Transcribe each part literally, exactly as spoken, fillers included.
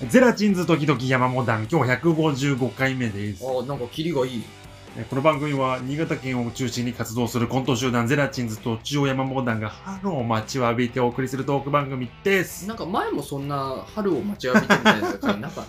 ゼラチンズ時々山モダン、今日ひゃくごじゅうごかいめです。 ああ、なんかキリがいい。 この番組は新潟県を中心に活動するコント集団ゼラチンズと中央山モダンが春を待ちわびてお送りするトーク番組です。 なんか前もそんな春を待ちわびてみたいな回なかった。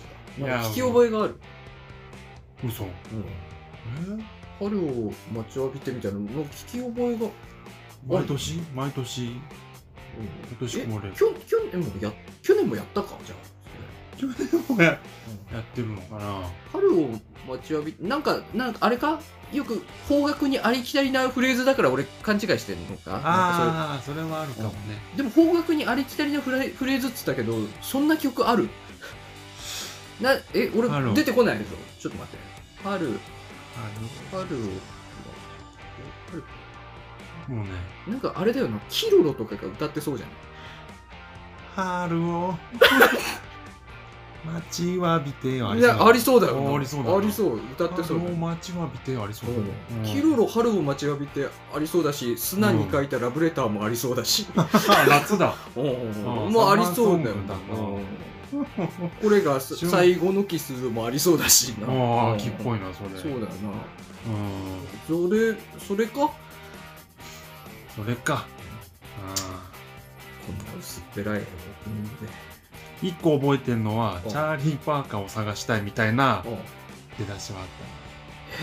なんか聞き覚えがある。 嘘。うん、 え春を待ちわびてみたいな、なんか聞き覚えが。 毎年毎年毎年これ。 去年もや去年もやったかじゃあ。 去年も や,、うん、やってるのかな。 春を待ちわびなんかなんかあれかよく方角にありきたりなフレーズだから俺勘違いしてるのか。 ああ、それはあるかもね。 うん、でも方角にありきたりなフレフレーズっつったけど、そんな曲ある？なえ俺出てこないでしょ。ちょっと待って。春春春春もうね、 なんかあれだよな、キロロとかが歌ってそうじゃない？ 春を待ちわびてよ。 いや、ありそうだよな。 ありそうだ。 ありそう、歌ってそう。 春を待ちわびてありそうだ、 うん、キロロ春を待ちわびてありそうだし、砂に書いたラブレターもありそうだし、うん、 夏だ。 もうありそうだよな。これが最後のキスもありそうだしな。 ああ、秋っぽいなそれ。 そうだよな。 うん。 それそれか。 それか。ああ。こんな薄っぺらいの。 一個覚えてんのはチャーリー・パーカーを探したいみたいな出だしはあった。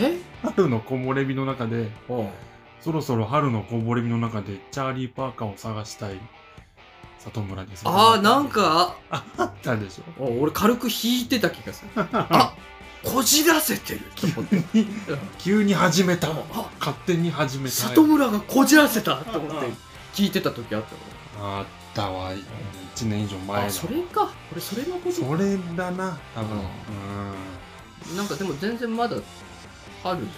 え？ 春の木漏れ日の中で、そろそろ春の木漏れ日の中でチャーリー・パーカーを探したい里村です。 ああ、なんかあったでしょ。 俺軽く弾いてた気がする。あ、こじらせてると思って急に始めた。勝手に始めた。 里村がこじらせたと思って聞いてた時あったわ。あったわ。いちねん以上前だ。 あ、それか。俺それのこと。 それだな多分。 うん。なんかでも全然まだ春じゃね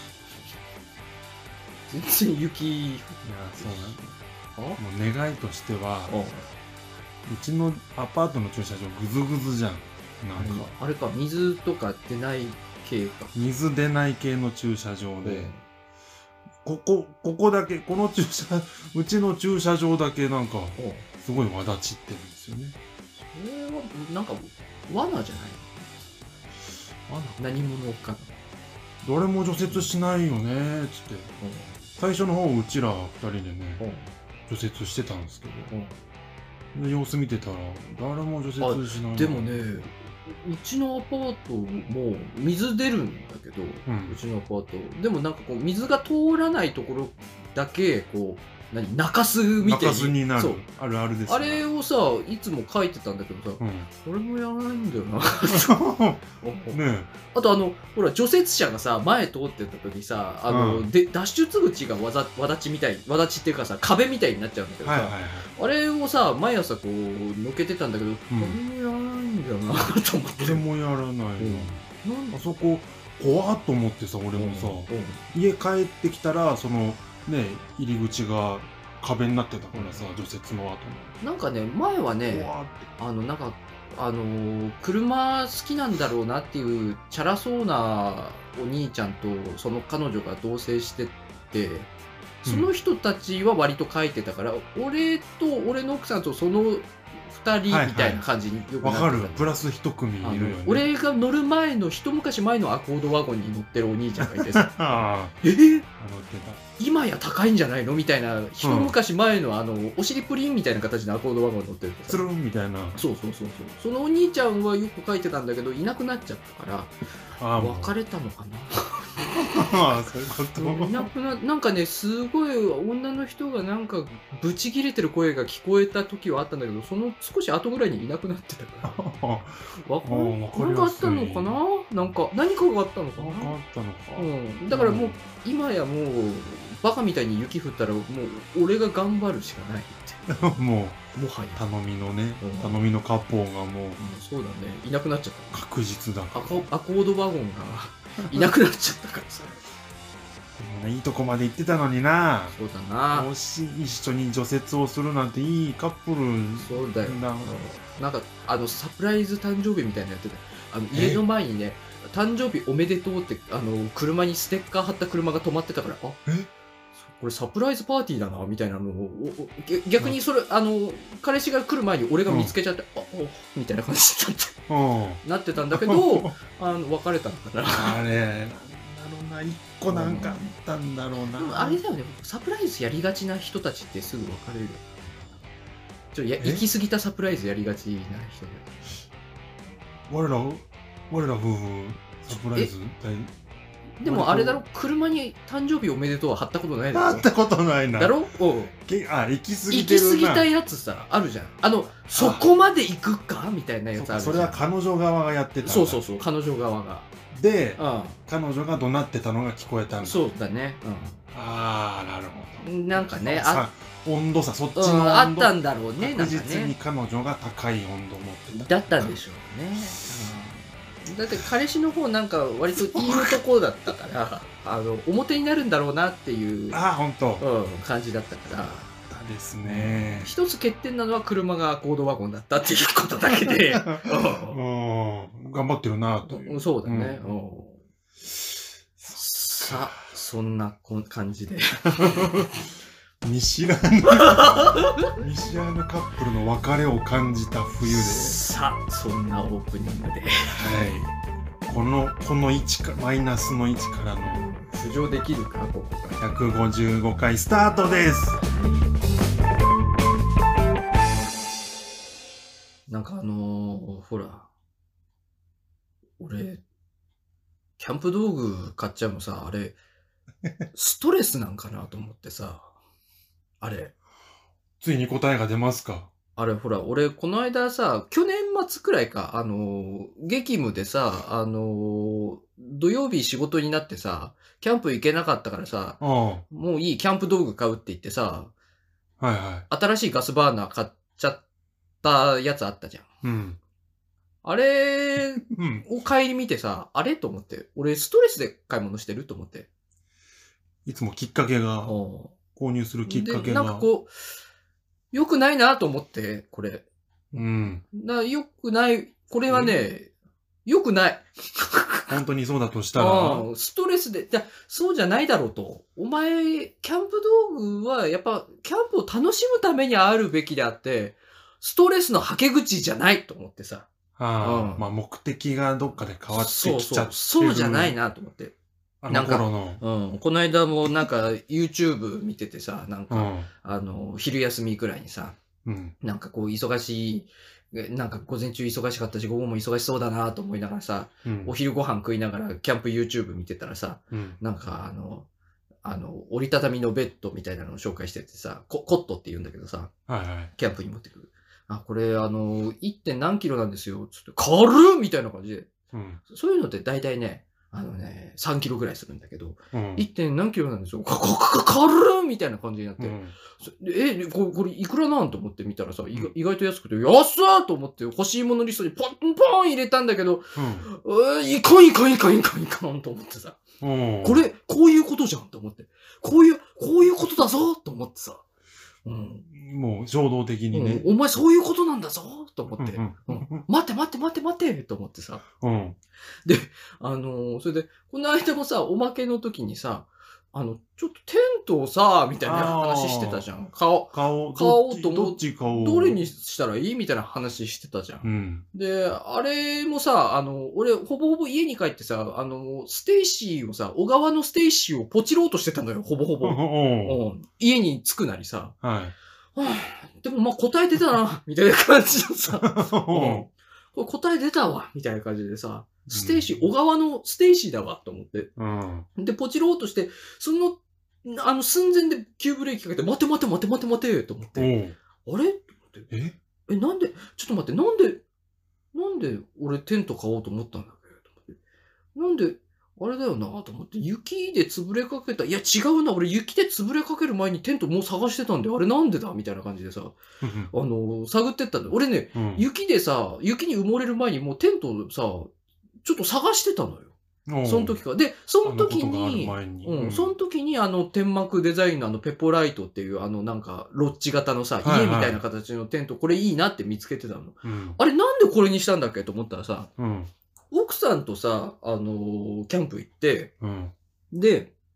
えし。全然雪。いや、 そうなんだ。もう願いとしては、うちのアパートの駐車場グズグズじゃん。なんかあれか、水とか出ない系か。 水出ない系の駐車場で、ここここだけこの駐車うちの駐車場だけなんかすごいわだちってるんですよね。 それはなんか罠じゃない？罠？何者か。 誰も除雪しないよねっつって、最初の方うちらふたりでね除雪してたんですけど、様子見てたら誰も除雪しない。 でもね、うちのアパートも水出るんだけど、うん、うちのアパートでもなんかこう水が通らないところだけこう何中州みたいに中州になる。そうあるあるです、 ね、あれをさいつも書いてたんだけどさ、うん、俺もやらないんだよなね。あとあのほら除雪車がさ前通ってた時さあの、うん、で脱出口がわざわだちみたいわだちっていうかさ壁みたいになっちゃうんだけどさ、はいはいはい、あれをさ毎朝こう抜けてたんだけど、うん、俺もやらないんだよなと思って。 俺もやらないな、うん、あそこ怖っと思ってさ俺もさ、うん、家帰ってきたらそのね入り口が壁になってたからさ、除雪の後のなんかね前はねあのなんかあのー、車好きなんだろうなっていうチャラそうなお兄ちゃんとその彼女が同棲しててその人たちは割と書いてたから、うん、俺と俺の奥さんとそのふたりみたいな感じによくなってた。 わ、はいはい、かる。プラス一組いるよね。 俺が乗る前の一昔前のアコードワゴンに乗ってるお兄ちゃんがいてさえー、今や高いんじゃないのみたいな一昔前のあのお尻プリンみたいな形のアコードワゴンに乗ってるつるんみたいな。 そうそうそうそう。そのお兄ちゃんはよく書いてたんだけどいなくなっちゃったからあ別れたのかなああそういうこといなくななんかねすごい女の人がなんかブチ切れてる声が聞こえた時はあったんだけどその少し後ぐらいにいなくなってたからわかなんかあったのかななんか何かがあったのかな何かあったのか、 うん、だからもう、うん、今やもうバカみたいに雪降ったらもう俺が頑張るしかないってもうもはや頼みのね、うん、頼みの割烹がもう、うん、 そうだねいなくなっちゃった確実だアコアコードワゴンがいなくなっちゃったからさいいとこまで行ってたのにな。 そうだな。 もし一緒に除雪をするなんていいカップル。 そうだよな。なんかあのサプライズ誕生日みたいなのやってた。あの家の前にね誕生日おめでとうってあの車にステッカー貼った車が止まってたからあえこれサプライズパーティーだなみたいなのを逆にそれ、うん、あの彼氏が来る前に俺が見つけちゃって、うん、あおみたいな感じでなってたんだけどあの別れたのかな。 あれなんだろうな、一個なんかあったんだろうな。 でもあれだよね、サプライズやりがちな人たちってすぐ別れるよ。ちょっとや行き過ぎたサプライズやりがちな人で。 我ら我ら夫婦サプライズでもあれだろ、車に誕生日おめでとうは貼ったことないだろ。 貼ったことないな。 だろ。おう。 あ、行き過ぎてるな。 行き過ぎたやつさ、あるじゃん。あの、そこまで行くかみたいなやつあるじゃん。 それは彼女側がやってた。 そうそうそう、彼女側が。 で、うん、彼女が怒鳴ってたのが聞こえたんだ。 そうだね。うん、 ああ、なるほど。 なんかね、あ温度差、そっちの温度、 うん、あったんだろうね、 確実に彼女が高い温度を持ってた。 だったんでしょうね。うん、だって彼氏の方なんか割といい男だったからあの表になるんだろうなっていうあ本当、 うん、感じだったから。 ですね。 一つ欠点なのは車がコードワゴンだったっていうことだけで、うん、 頑張ってるなという。 そうだね。うん、さあそんな感じで見知らぬ見知らぬカップルの別れを感じた冬で、 さあそんなオープニングで、はい、 このこのいちかマイナスのいちからの浮上できるかここからひゃくごじゅうごかいスタートです。 なんかあのー、ほら俺キャンプ道具買っちゃうのさ、あれストレスなんかなと思ってさ、あれついに答えが出ますか。 あれほら俺この間さ、去年末くらいか、あのー、激務でさ、あのー、土曜日仕事になってさ、キャンプ行けなかったからさ、もういいキャンプ道具買うって言ってさ、 はいはい、 新しいガスバーナー買っちゃったやつあったじゃん。うん、あれを帰り見てさ、あれと思って、俺ストレスで買い物してると思って。 いつもきっかけが、購入するきっかけが。 なんかこう、良くないなと思って、これ。 うん。 な良くない、これはね、良くない。 本当にそうだとしたらストレスで、じゃそうじゃないだろうと。お前、キャンプ道具はやっぱ、キャンプを楽しむためにあるべきであって、ストレスのはけ口じゃないと思ってさ。 あうん、まあ目的がどっかで変わってきちゃってる。そうそう、 そうじゃないなと思って。 あの頃の。 うん。この間もなんか YouTube 見ててさ、なんか、うん、あの、昼休みくらいにさ、うん、なんかこう忙しい、なんか午前中忙しかったし、午後も忙しそうだなと思いながらさ、うん、お昼ご飯食いながらキャンプ YouTube 見てたらさ、うん、なんかあの、あの、折りたたみのベッドみたいなのを紹介しててさ、ココットって言うんだけどさ、はいはい、キャンプに持ってくる。あ、これあの、いってん何キロなんですよ。つって、軽っみたいな感じで、うん。そういうのって大体ね、あのね、さんキロぐらいするんだけど、うん、いってん何キロなんですよ。か、か、か、軽っみたいな感じになって、うん、え、これ、これいくらなんと思って見たらさ、うん、意外と安くて、安っと思って欲しいものリストにポンポン入れたんだけど、うん、いかんいかんいかんいかんいかんと思ってさ、うん、これ、こういうことじゃんと思って、こういう、こういうことだぞと思ってさ、 うん、もう衝動的にね、 うん。お前そういうことなんだぞと思って、うんうん、待って待って待って待ってと思ってさ。うん、で、あのー、それで、この間もさ、おまけの時にさ、あの、ちょっとテントをさ、みたいな話してたじゃん。買おう。買おうと思って、どれにしたらいいみたいな話してたじゃん。うん、で、あれもさ、あの、俺、ほぼほぼ家に帰ってさ、あの、ステイシーをさ、小川のステイシーをポチろうとしてたのよ、ほぼほぼ。うん、家に着くなりさ。はい。はあ、でもまあ答え出たな、みたいな感じのさ。うん、これ答え出たわ、みたいな感じでさ。ステイシー、小川のステイシーだわ、と思って。うん、で、ポチろうとして、その、あの、寸前で急ブレーキかけて、待て待て待て待て待て、と思って。あれと思って。ええ、なんで、ちょっと待って、なんで、なんで俺テント買おうと思ったんだっけと思って。なんで、あれだよなと思って、雪で潰れかけた。いや、違うな。俺、雪で潰れかける前にテントもう探してたんで、あれなんでだみたいな感じでさ、あの、探ってったんだよ。俺ね、うん、雪でさ、雪に埋もれる前にもうテントをさ、ちょっと探してたのよ。その時から。で、その時に、にうん、その時にあの天幕デザインのあのペポライトっていうあのなんかロッジ型のさ、家みたいな形のテント、これいいなって見つけてたの。うん、あれなんでこれにしたんだっけと思ったらさ、うん、奥さんとさ、あのー、キャンプ行って、うん、で、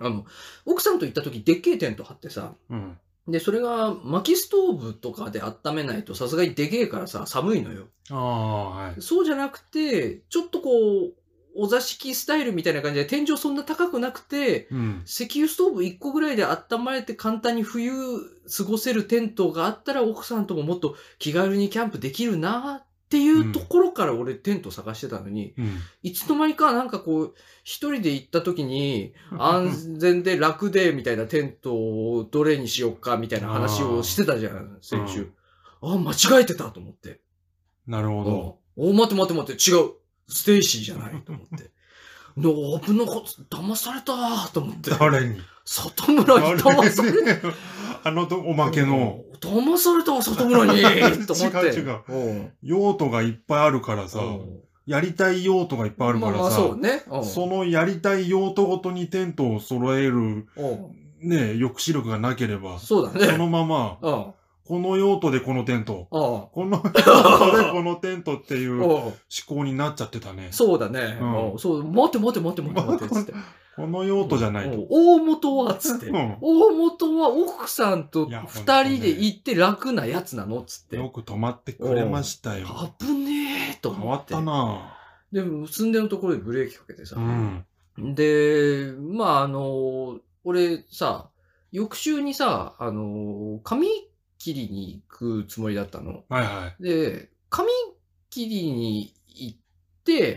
あの、奥さんと行った時、でっけえテント張ってさ、うん、で、それが薪ストーブとかで温めないとさすがにでけえからさ、寒いのよ。ああ、はい。そうじゃなくて、ちょっとこう、お座敷スタイルみたいな感じで天井そんな高くなくて、うん、石油ストーブいっこぐらいで温まれて簡単に冬過ごせるテントがあったら奥さんとももっと気軽にキャンプできるなっていうところから俺テント探してたのに、うん、いつの間にかなんかこう、一人で行った時に安全で楽でみたいなテントをどれにしようかみたいな話をしてたじゃん、先週。ああ、間違えてたと思って。 なるほど。 お、待って待って待って、違う。ステイシーじゃないと思って。の、危なかった、騙されたと思って。 誰に里村に騙された。 あのおまけの。 騙されたわ、里村にと思って。 違う違う。用途がいっぱいあるからさ、やりたい用途がいっぱいあるからさ、まあまあそうね、そのやりたい用途ごとにテントを揃える、ね、抑止力がなければ、 そうだね。 そのまま、この用途でこのテント。この用途でこのテントっていう思考になっちゃってたね。 そうだね。うん、そう、待って待って待って待って待って。 この用途じゃないと。 大元はつって。大元は奥さんと二人で行って楽なやつなのつって。 よく泊まってくれましたよ。 危ねえと思って。 変わったなでも、住んでるところでブレーキかけてさ。うん、で、まああの、俺さ、翌週にさ、あの、髪切りに行くつもりだったの。はいはい。で、髪切りに行って、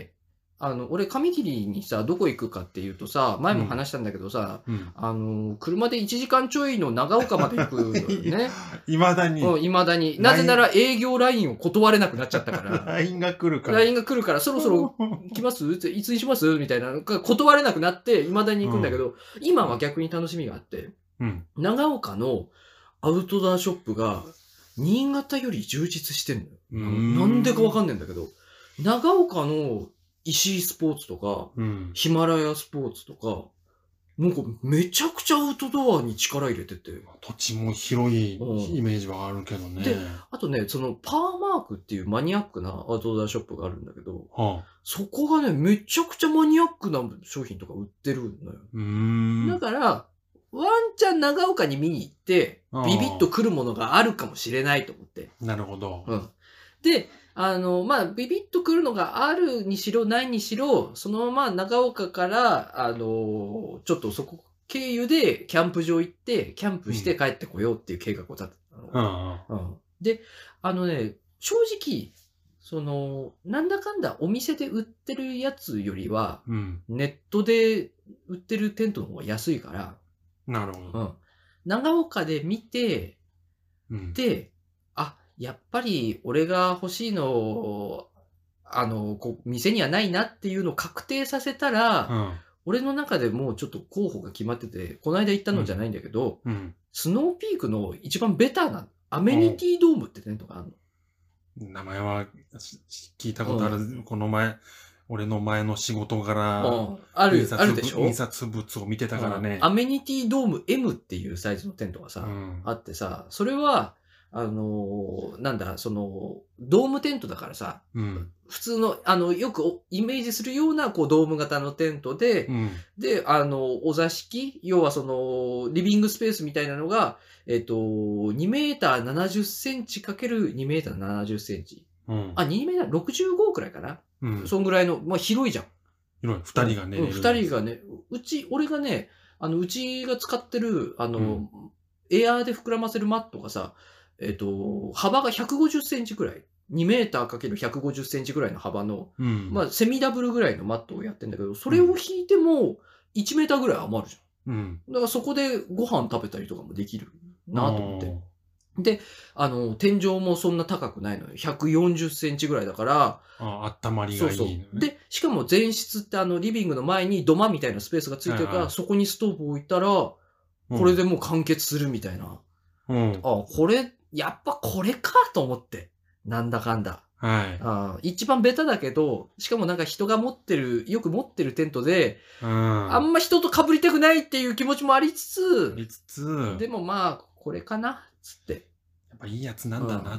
あの、俺髪切りにさ、どこ行くかっていうとさ、前も話したんだけどさ、うん、あの、車でいちじかんちょいの長岡まで行くのよね。 いまだに。 うん、いまだに。なぜなら営業ラインを断れなくなっちゃったから。 ラインが来るから。 ラインが来るから、そろそろ来ますいつにしますみたいな。断れなくなって、いまだに行くんだけど、うん、今は逆に楽しみがあって、うん、長岡のアウトドアショップが、新潟より充実してんのよ。んなんでかわかんないんだけど、長岡の石井スポーツとか、うん、ヒマラヤスポーツとか、なんかめちゃくちゃアウトドアに力入れてて。 土地も広いイメージはあるけどね。 で、あとね、そのパーマークっていうマニアックなアウトドアショップがあるんだけど、はあ、そこがね、めちゃくちゃマニアックな商品とか売ってるのよ。うーんだから、ワンチャン長岡に見に行って、ビビッと来るものがあるかもしれないと思って。 なるほど。 うん。で、あの、まあ、ビビッと来るのがあるにしろ、ないにしろ、そのまま長岡から、あの、ちょっとそこ経由でキャンプ場行って、キャンプして帰ってこようっていう計画を立てたの。うんうん、で、あのね、正直、その、なんだかんだお店で売ってるやつよりは、うん、ネットで売ってるテントの方が安いから、 なるほど。うん。 長岡で見て、うん、で、あ、やっぱり俺が欲しいの、あの、こう、店にはないなっていうのを確定させたら、うん、俺の中でもうちょっと候補が決まってて、この間言ったのじゃないんだけど、うんうん、スノーピークの一番ベターなアメニティドームってテントがあるの。名前は聞いたことある。うん、この前、俺の前の仕事から、 ある、あるでしょ印刷物を見てたからね、 うん。アメニティドーム エム っていうサイズのテントがさ、うん、あってさ、それは、あのー、なんだ、その、ドームテントだからさ、うん、普通の、あの、よくイメージするような、こう、ドーム型のテントで、うん、で、あの、お座敷、要はその、リビングスペースみたいなのが、えっと、にメーターななじゅっセンチかけるにメーターななじゅっセンチ。うん、あ、にメーターろくじゅうごくらいかな。うん、そんぐらいの、まあ、広いじゃん。 広い。二人がね。 うん、二人がね、うち、俺がね、あの、うちが使ってる、あの、うん、エアーで膨らませるマットがさ、えっと、幅がひゃくごじゅっセンチくらい。にメーターかけるひゃくごじゅっセンチくらいの幅の、うん、まあ、セミダブルぐらいのマットをやってんだけど、それを引いてもいちメーターぐらい余るじゃん。うん。だからそこでご飯食べたりとかもできるなと思って。で、あの、天井もそんな高くないのよ。ひゃくよんじゅっセンチぐらいだから、 ああ、温まりがいい、ね。そうそう。で、しかも前室ってあの、リビングの前に土間みたいなスペースがついてるから、はいはい、そこにストーブを置いたら、これでもう完結するみたいな。うん。あ、これ、やっぱこれかと思って。なんだかんだ。はい。あ一番ベタだけど、しかもなんか人が持ってる、よく持ってるテントで、うん、あんま人と被りたくないっていう気持ちもありつつ、 ありつつ、 でもまあ、これかなつって。 やっぱいいやつなんだなと。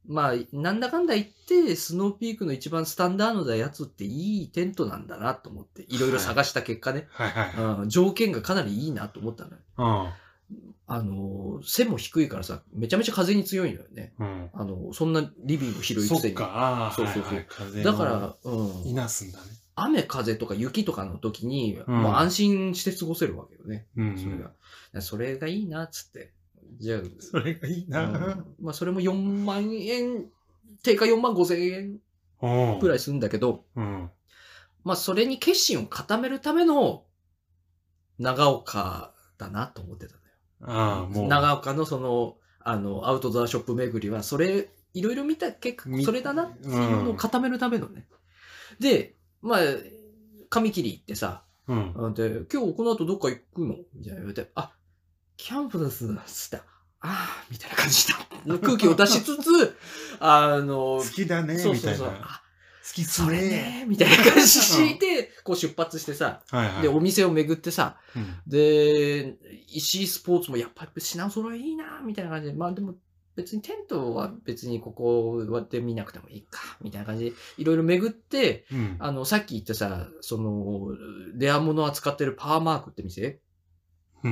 まあ、なんだかんだ言って、スノーピークの一番スタンダードなやつっていいテントなんだなと思って、いろいろ探した結果ね、 はいはいはい、 うん、条件がかなりいいなと思ったのよ。 うん、 あの、背も低いからさ、めちゃめちゃ風に強いのよね。 うん、 あの、そんなリビング広いくせに。 そっか、 そうそうそう。 はいはい、風だから、うん。 いなすんだね。 雨風とか雪とかの時に、 うん、 もう安心して過ごせるわけよね。 うん、 それが。それがいいな、つって。じゃあ、 それがいいな、うん、 まあ、それもよんまんえん、定価よんまんごせんえんくらいするんだけど、 うん、 まあ、それに決心を固めるための長岡だなと思ってたんだよ。ああ、もう。長岡のその、あの、アウトドアショップ巡りは、それ、いろいろ見た結果、それだなっていうのを固めるためのね。うん、で、まあ、髪切り行ってさ、うん、で、今日この後どっか行くのみたいな言われて、あ、キャンプです、つって、ああ、みたいな感じで、空気を出しつつ、あの、 好きだね、みたいな。好きっすね。 ねみたいな感じで、こう出発してさ、はいはい、で、お店を巡ってさ、うん、で、石井スポーツもやっぱり品揃えいいな、みたいな感じで、まあでも別にテントは別にここで見なくてもいいか、みたいな感じで、いろいろ巡って、うん、あの、さっき言ったさ、その、レア物を扱ってるパワーマークって店、うん、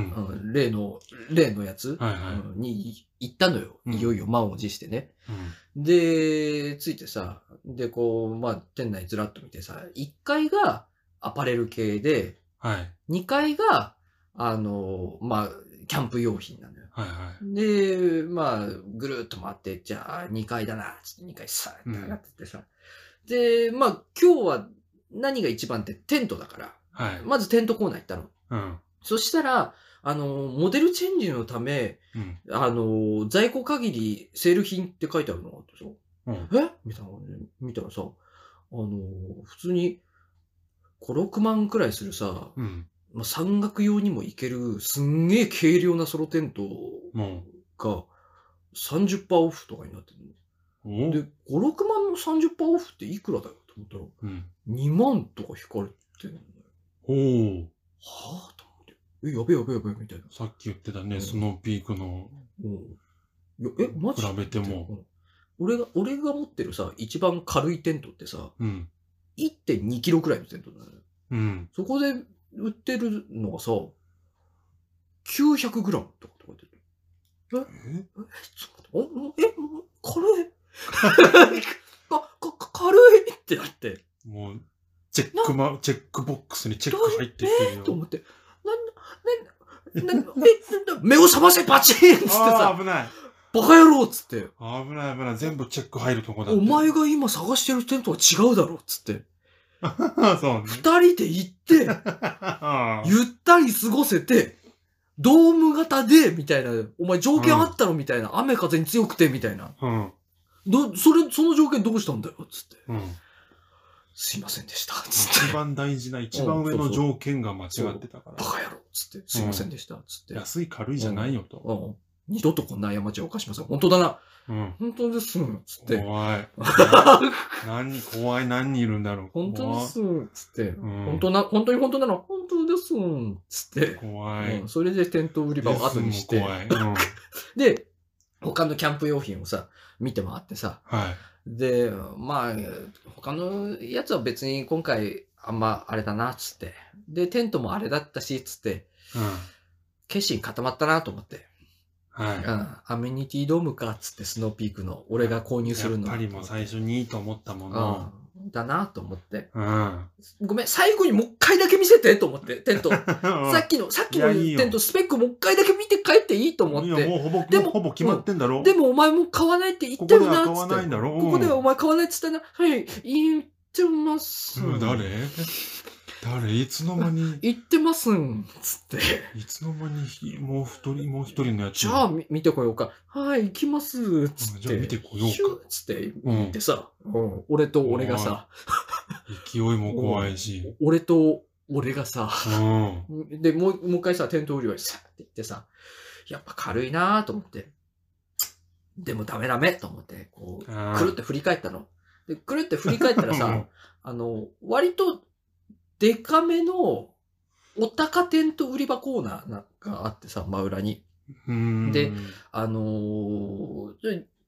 例の、例のやつ、はいはい、に行ったのよ。いよいよ満を持してね。うん、で、着いてさ、で、こう、まあ、店内ずらっと見てさ、いっかいがアパレル系で、はい、にかいが、あの、まあ、キャンプ用品なのよ。はいはい、で、まあ、ぐるっと回って、じゃあにかいだな、つってにかいさ、って上がってってさ。うん、で、まあ、今日は何が一番ってテントだから、はい、まずテントコーナー行ったの。うんそしたら、あの、モデルチェンジのため、うん、あの、在庫限りセール品って書いてあるのがあってさ、うん、えみたいな感じで見たらさ、あの、普通にご、ろくまんくらいするさ、うん、まあ、山岳用にもいける、すんげえ軽量なソロテントが さんじゅっパーセント オフとかになってるの。で、ご、ろくまんの さんじゅっパーセント オフっていくらだよと思ったら、うん、にまんとか引かれてるんだよ。おー。はぁと思って。え、やべえやべえやべえみたいな。 さっき言ってたね、うん、スノーピークの。 うん。いや、え、マジ比べても、 うん。俺が、俺が持ってるさ、一番軽いテントってさ、うん、いってんにキロくらいのテントなのよ。うん。そこで売ってるのがさ、きゅうひゃくグラムとかって書いてる。えええちょっと待って、え、軽いか、か、軽いってなって。 もう、チェックマ、チェックボックスにチェック入ってってるよ。 えー、と思って。なんな、な、な、え、目を覚ませパチンっつってさ。 危ない。 バカ野郎っつって。 危ない危ない。全部チェック入るとこだって。お前が今探してるテントは違うだろっつって。 そうね。 二人で行って、ゆったり過ごせて、ドーム型で、みたいな。お前条件あったろみたいな。雨風に強くて、みたいな。うん。ど、それ、その条件どうしたんだよっつって。うん。すいませんでした。つって。 一番大事な、一番上の条件が間違ってたから。 バカ野郎つって。すいませんでした。つって。 安い軽いじゃないよと。 うん。二度とこんな過ちは犯しません。本当だな。うん。本当です。つって。 怖い。何、怖い何人いるんだろう。 本当です。つって。本当な、本当に本当なの。本当です。つって。 怖い。 それで店頭売り場を後にして。 怖い。 で、他のキャンプ用品をさ、見て回ってさ。はい。で、まあ、他のやつは別に今回あんまあれだな、つって。で、テントもあれだったし、つって。うん。決心固まったなと思って。はい。うん。アメニティドームか、つって、スノーピークの。俺が購入するの。 やっぱりもう最初にいいと思ったもの。 うん。だなと思って。うん。ごめん、最後にもう一回だけ見せて、と思って、テント。さっきの、さっきのテント、スペックもう一回だけ見て帰っていいと思って。いや、もうほぼ、でもほぼ決まってんだろ。 でもお前も買わないって言ってるな、つって。 ここでは買わないんだろ。 ここではお前買わないって言ったら、はい、言ってます。 うん、誰誰いつの間に言ってますん、つって。 いつの間に、もう一人、もう一人のやつ。 じゃあ、見てこようか。はい、行きます、つって。 じゃあ見てこようか。 つって、言ってさ、うん、俺と俺がさ。 勢いも怖いし。 俺と俺がさ、うん、で、もう、もう一回さ、店頭売り場にさ、って言ってさ、やっぱ軽いなぁと思って。でもダメダメと思って、こう、くるって振り返ったの。で、くるって振り返ったらさ、あの、割と、デカめのお高テント売り場コーナーがあってさ、真裏に。で、あのー、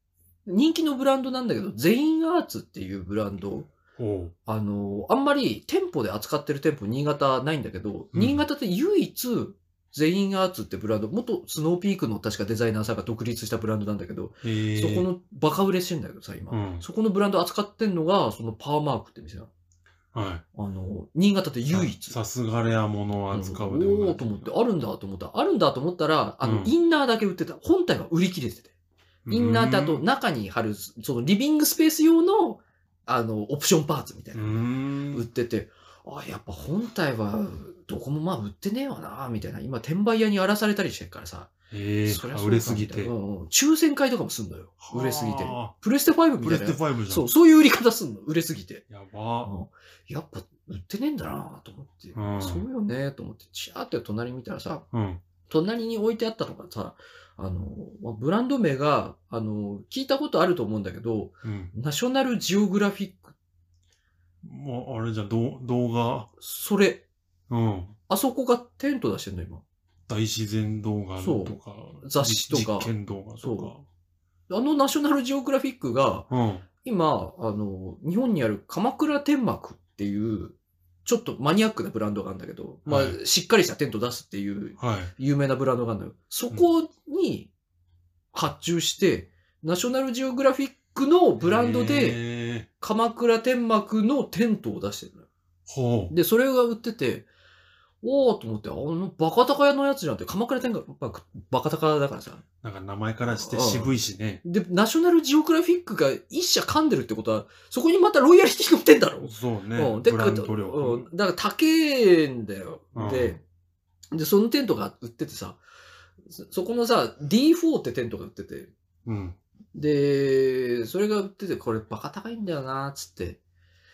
人気のブランドなんだけど、ゼインアーツっていうブランド。あの、あんまり店舗で扱ってる店舗、新潟ないんだけど、うん、新潟で唯一、ゼインアーツってブランド、元スノーピークの確かデザイナーさんが独立したブランドなんだけど、そこのバカ売れしてんだけどさ、今。うん、そこのブランド扱ってんのが、そのパワーマークって店なの。はい。あの、新潟で唯一。 さすがレア物を扱うでも、うん、おーと思って、あるんだと思った。あるんだと思ったら、あの、うん、インナーだけ売ってた。本体は売り切れてて。インナーってあと中に貼る、そのリビングスペース用の、あの、オプションパーツみたいな。売ってて、あ、やっぱ本体は、どこもまあ売ってねえわな、みたいな。今、転売屋に荒らされたりしてるからさ。 へえ、そりゃ売れすぎて、 うんうん。抽選会とかもすんのよ。売れすぎて。プレステファイブみたいな。 プレステファイブじゃん。 そう、そういう売り方すんの。売れすぎて。 やば、 うん。やっぱ売ってねえんだなと思って。うん、そうよねと思って、チャーって隣見たらさ、うん、隣に置いてあったのがさ、あの、ブランド名が、あの、聞いたことあると思うんだけど、うん、ナショナルジオグラフィック。 もう、あれじゃん、動画。 それ。 うん。 あそこがテント出してんの、今。 大自然動画とか。 雑誌とか。 実験動画とか。 あのナショナルジオグラフィックが、うん、今、あの、日本にある鎌倉天幕っていう、ちょっとマニアックなブランドがあるんだけど、まあ、はい、しっかりしたテント出すっていう、有名なブランドがあるのよ。そこに発注して、うん、ナショナルジオグラフィックのブランドで、鎌倉天幕のテントを出してるのよ。ほう。で、それが売ってて、おーと思って、あの、バカ高屋のやつじゃんって、鎌倉天幕、バカ高屋だからさ。 なんか名前からして渋いしね。 で、ナショナルジオグラフィックが一社噛んでるってことは、そこにまたロイヤリティ乗ってんだろ。 そうね。 うん。で、ブランド力。うん。だから高えんだよ。うん、で、で、そのテントが売っててさ、そこのさ、ディーフォー ってテントが売ってて、うん。で、それが売ってて、これバカ高いんだよな、つって。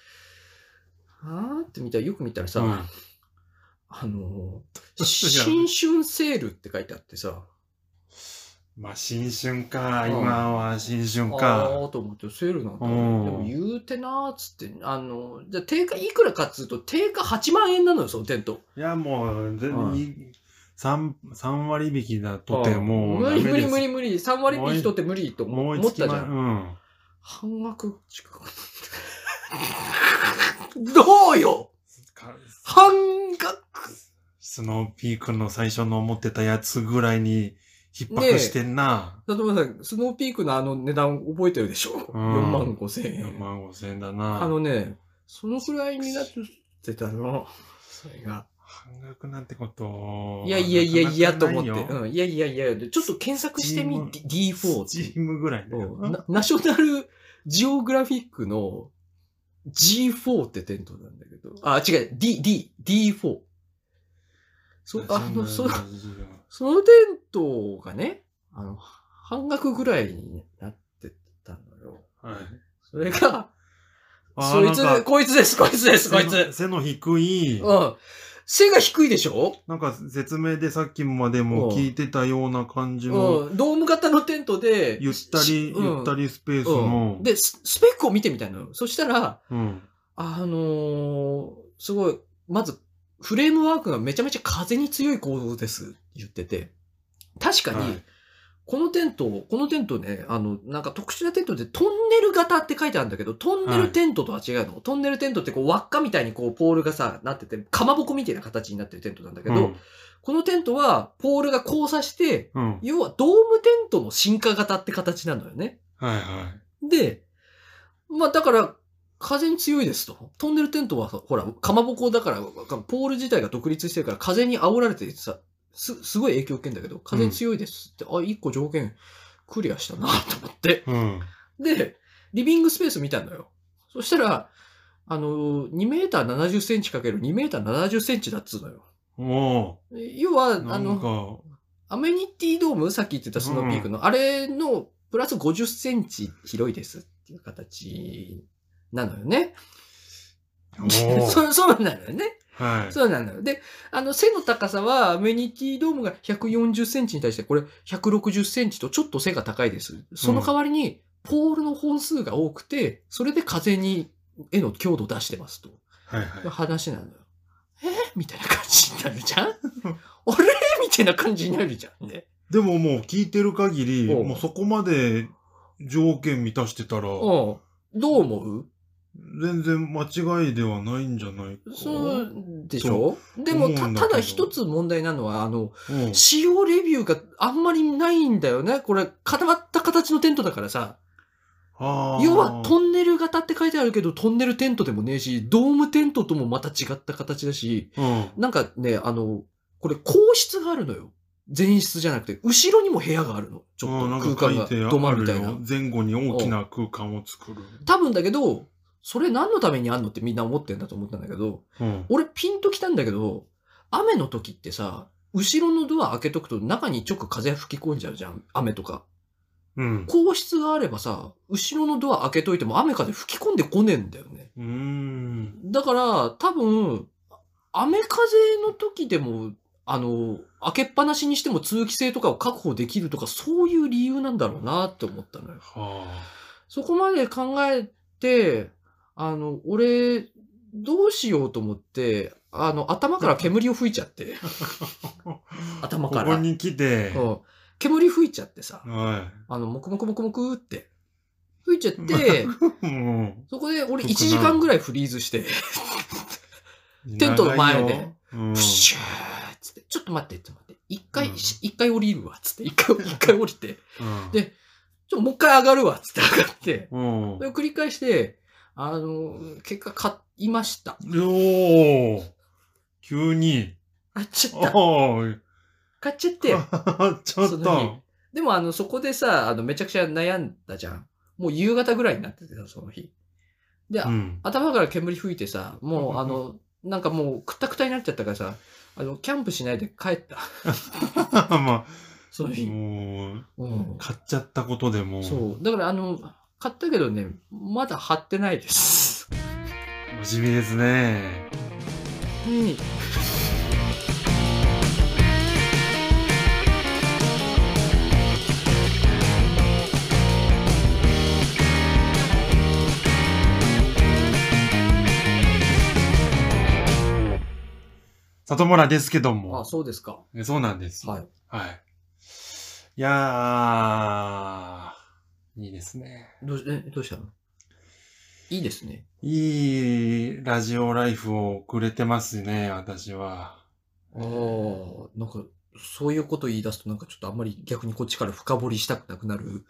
はーって見たら、よく見たらさ、うん、あの、新春セールって書いてあってさ。 まあ、新春か。今は新春か。 ああ、と思って、セールなんだ。でも言うてなーっつって、あの、じゃ定価いくらかっつうと、定価はちまんえんなのよ、そのテント。 いや、もう、全然、三、三割引きだとてもう無理無理無理無理。三割引きとって無理と思ったじゃん。うん。半額近く。どうよ半額スノーピークの最初の思ってたやつぐらいに逼迫してんな。 例えばさ、スノーピークのあの値段覚えてるでしょ、うん、よんまんごせんえん。 よんまんごせんえんだな。 あのね、そのくらいになってたの。それが。 半額なんてこと。 いやいやいやいやと思って。うん。いやいやいや、ちょっと検索してみ、ディーフォー。 チームぐらいだよ。 ナ, ナショナルジオグラフィックの ジーフォー ってテントなんだけど。あ、違う。D、D、ディーフォー。そ、あの、そ、そのテントがね、あの、半額ぐらいになってたのよ。はい。それが、そいつ、こいつです、こいつです、こいつ。 背の低い。 うん。背が低いでしょ？ なんか説明でさっきまでも聞いてたような感じの。 うん。ドーム型のテントで。 ゆったり、うん、ゆったりスペースの。 うん、でス、スペックを見てみたいのよ。そしたら、うん、あのー、すごい、まず、フレームワークがめちゃめちゃ風に強い構造です。言ってて。確かに、はい、このテント、このテントね、あの、なんか特殊なテントでトンネル型って書いてあるんだけど、トンネルテントとは違うの。はい、トンネルテントってこう輪っかみたいにこうポールがさ、なってて、かまぼこみたいな形になってるテントなんだけど、うん、このテントはポールが交差して、うん、要はドームテントの進化型って形なのよね。 はいはい。 で、まあだから、風に強いですと。トンネルテントはほら、かまぼこだから、ポール自体が独立してるから風に煽られてさ、す、すごい影響を受けるんだけど、風に強いですって、うん、あ、一個条件クリアしたなと思って。うん、で、リビングスペース見たのよ。そしたら、あの、にメーターななじゅっセンチかけるにメーターななじゅっセンチだっつうのよ。 お要は、あの、アメニティドーム、さっき言ってたスノーピークの、うん、あれのプラスごじゅっセンチ広いですっていう形なのよね。そ、そうなのよね。はい。そうなのよ。で、あの、背の高さは、アメニティドームがひゃくよんじゅっセンチに対して、これひゃくろくじゅっセンチとちょっと背が高いです。その代わりに、ポールの本数が多くて、それで風に、への強度を出してますと。はいはい。話なのよ。えー、みたいな感じになるじゃんあれみたいな感じになるじゃんね。 でももう聞いてる限り、もうそこまで条件満たしてたら、 うん。どう思う？ 全然間違いではないんじゃないか。 そうでしょ？でもた、ただ一つ問題なのは、あの、うん、使用レビューがあんまりないんだよね。これ、固まった形のテントだからさ。要は、トンネル型って書いてあるけど、トンネルテントでもねえし、ドームテントともまた違った形だし、うん、なんかね、あの、これ、硬室があるのよ。前室じゃなくて、後ろにも部屋があるの。ちょっと空間が土間みたいな。 前後に大きな空間を作る。 多分だけど、それ何のためにあんのってみんな思ってんだと思ったんだけど、うん、俺ピンときたんだけど、雨の時ってさ、後ろのドア開けとくと中に直風吹き込んじゃうじゃん。雨とか。うん。硬室があればさ、後ろのドア開けといても雨風吹き込んでこねえんだよね。うーん。だから、多分、雨風の時でも、あの、開けっぱなしにしても通気性とかを確保できるとか、そういう理由なんだろうなって思ったのよ。はあ、そこまで考えて、あの、俺、どうしようと思って、あの、頭から煙を吹いちゃって。頭から。 ここに来て。 うん。煙吹いちゃってさ。はい。あの、もくもくもくもくって。吹いちゃって、うん、そこで俺いちじかんぐらいフリーズして。テントの前で。うん、プシューっつって、ちょっと待って、ちょっと待って。一回、一、うん、回降りるわ、つって。一回、一回降りて。うん、で、ちょ、もう一回上がるわ、つって上がって。うん、それを繰り返して、あの、結果買いました。 おー。急に。 買っちゃった。買っちゃって。 買っちゃった。 でもあの、そこでさ、あの、めちゃくちゃ悩んだじゃん。もう夕方ぐらいになっててさ、その日。で、うん、頭から煙吹いてさ、もうあの、なんかもうくったくたになっちゃったからさ、あの、キャンプしないで帰った。 まあ、 その日。 もう、うん、買っちゃったことでも。 そう。だからあの、買ったけどね、まだ貼ってないです。 真面目ですね。 うん。 里村ですけども。 あ、そうですか。 そうなんです。 はい。 はい。いやー、いいですね。 どう、え、どうしたの？いいですね。 いいラジオライフを送れてますね、私は。 ああ、なんか、そういうこと言い出すとなんかちょっとあんまり逆にこっちから深掘りしたくなくなる。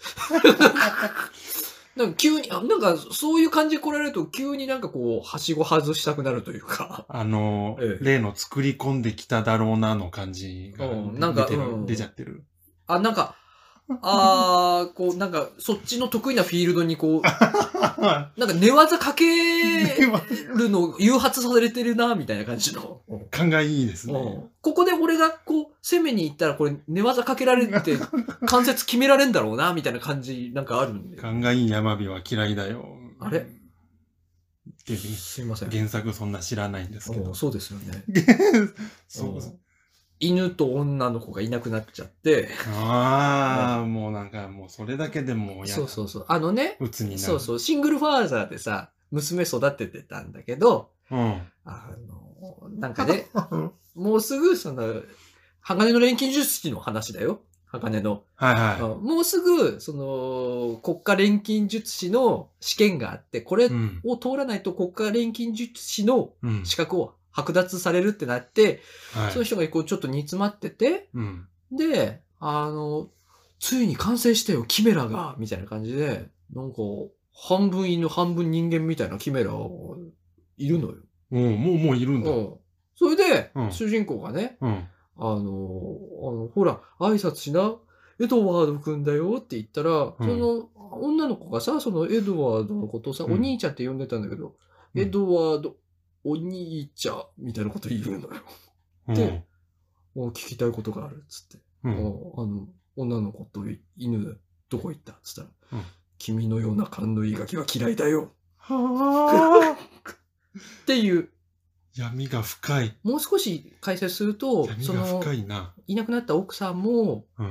なんか急に、なんかそういう感じで来られると急になんかこう、はしご外したくなるというか。 あの、ええ、例の作り込んできただろうなの感じが出てる、うん、出ちゃってる。 あ、なんか、あー、こう、なんか、そっちの得意なフィールドにこう、なんか寝技かけるの誘発されてるな、みたいな感じの。 勘がいいですね。 ここで俺がこう、攻めに行ったらこれ寝技かけられて、関節決められんだろうな、みたいな感じなんかあるんで。 勘がいい山火は嫌いだよ。 あれすいません。原作そんな知らないんですけど。 そうですよね。そうそう。犬と女の子がいなくなっちゃって。 ああ、うん、もうなんかもうそれだけでもそうそうそう。あのね。 鬱になる。 そうそう。シングルファーザーでさ、娘育ててたんだけど、うん、あの、なんかね、もうすぐその、鋼の錬金術師の話だよ。鋼の。 はいはい。 もうすぐ、その、国家錬金術師の試験があって、これを通らないと国家錬金術師の資格を剥奪されるってなって、うんはい、そういう人がこうちょっと煮詰まってて、うん、で、あの、ついに完成したよ、キメラが、みたいな感じで、なんか、半分犬、半分人間みたいなキメラいるのよ。 うん、もう、もういるんだ。 うん、それで、うん、主人公がね、うんあの、あの、ほら、挨拶しな、エドワードくんだよって言ったら、うん、その、女の子がさ、そのエドワードのことをさ、うん、お兄ちゃんって呼んでたんだけど、うん、エドワード、お兄ちゃん、みたいなこと言うのよ。うん、で、聞きたいことがある、っつって。うん、あの、女の子と犬、どこ行ったっつったら、うん、君のような勘のいいガキは嫌いだよ。はっていう。 闇が深い。 もう少し解説すると、 闇が深いな。 いなくなった奥さんも、うん、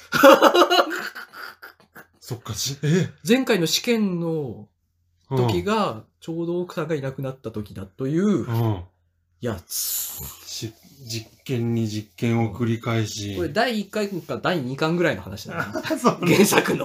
そっかし、え前回の試験の時が、ちょうど奥さんがいなくなった時だという、やつ、 うん。実験に実験を繰り返し。 これだいいっかいかだいにかんぐらいの話だね。原作の。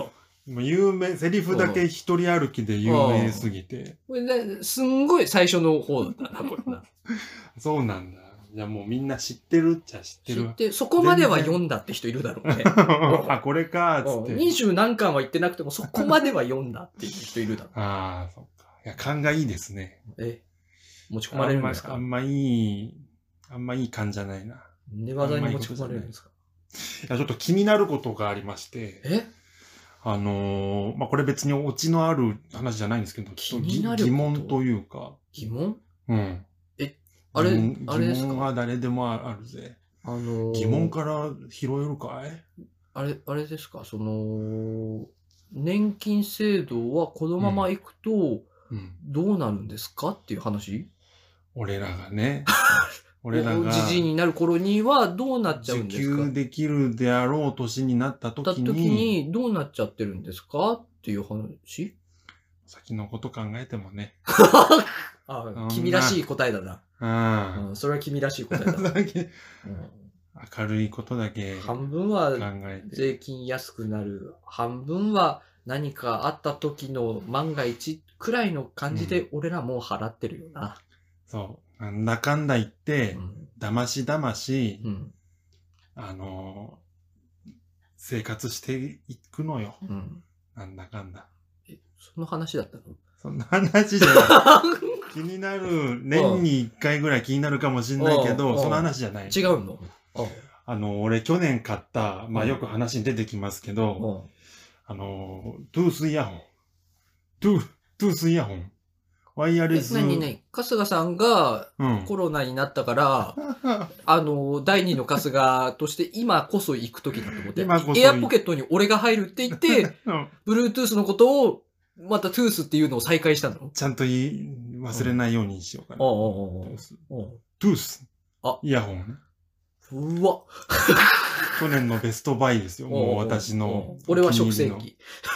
もう有名、セリフだけ一人歩きで有名すぎて。 これね、すんごい最初の方だったな、これな。 そうなんだ。いやもうみんな知ってるっちゃ知ってる。知って、 そこまでは読んだって人いるだろうね。 あ、これか、つって。 二十何巻は言ってなくても、そこまでは読んだっていう人いるだろう。 ああ、そっか。いや、勘がいいですね。 え、持ち込まれるんですか？ あんまいい、あんまいい勘じゃないな。 寝技に持ち込まれるんですか？ いや、ちょっと気になることがありまして。 えあのー、まあ、これ別にオチのある話じゃないんですけど、 気になること疑問というか。 疑問？ うん。 え、あれ、あれですか？ 疑問は誰でもあるぜ。 あのー、 疑問から拾えるかい？ あれ、あれですか？その、年金制度はこのままいくと、どうなるんですかっていう話、うん、 俺らがね。俺らが。 じじいになる頃にはどうなっちゃうんですか？ 受給できるであろう年になった時に。 た時にどうなっちゃってるんですかっていう話？ 先のこと考えてもね。 あ、君らしい答えだな。うん。それは君らしい答えだな。うん明るいことだけ半分は税金安くなる。半分は何かあった時の万が一くらいの感じで俺らもう払ってるよな。うん、 そう。なんだかんだ言って、うん、だましだまし、うん、あのー、生活していくのよ。うん、なんだかんだ。 え、その話だったの？ そんな話じゃない。気になる、年に一回ぐらい気になるかもしれないけど、その話じゃない。 違うの？ あの、俺去年買った、まあよく話に出てきますけど、あの、トゥースイヤホン。トゥー、トゥースイヤホン。ワイヤレス。 何ね、春日さんがコロナになったから、うん、あの、第二の春日として今こそ行く時だと思って、今こそエアポケットに俺が入るって言って、うん、Bluetooth のことを、またトゥースっていうのを再開したの？ ちゃんと言い、忘れないようにしようかな。トゥース。あ、イヤホン。 うわ。 去年のベストバイですよ。もう私の。 俺は食洗機。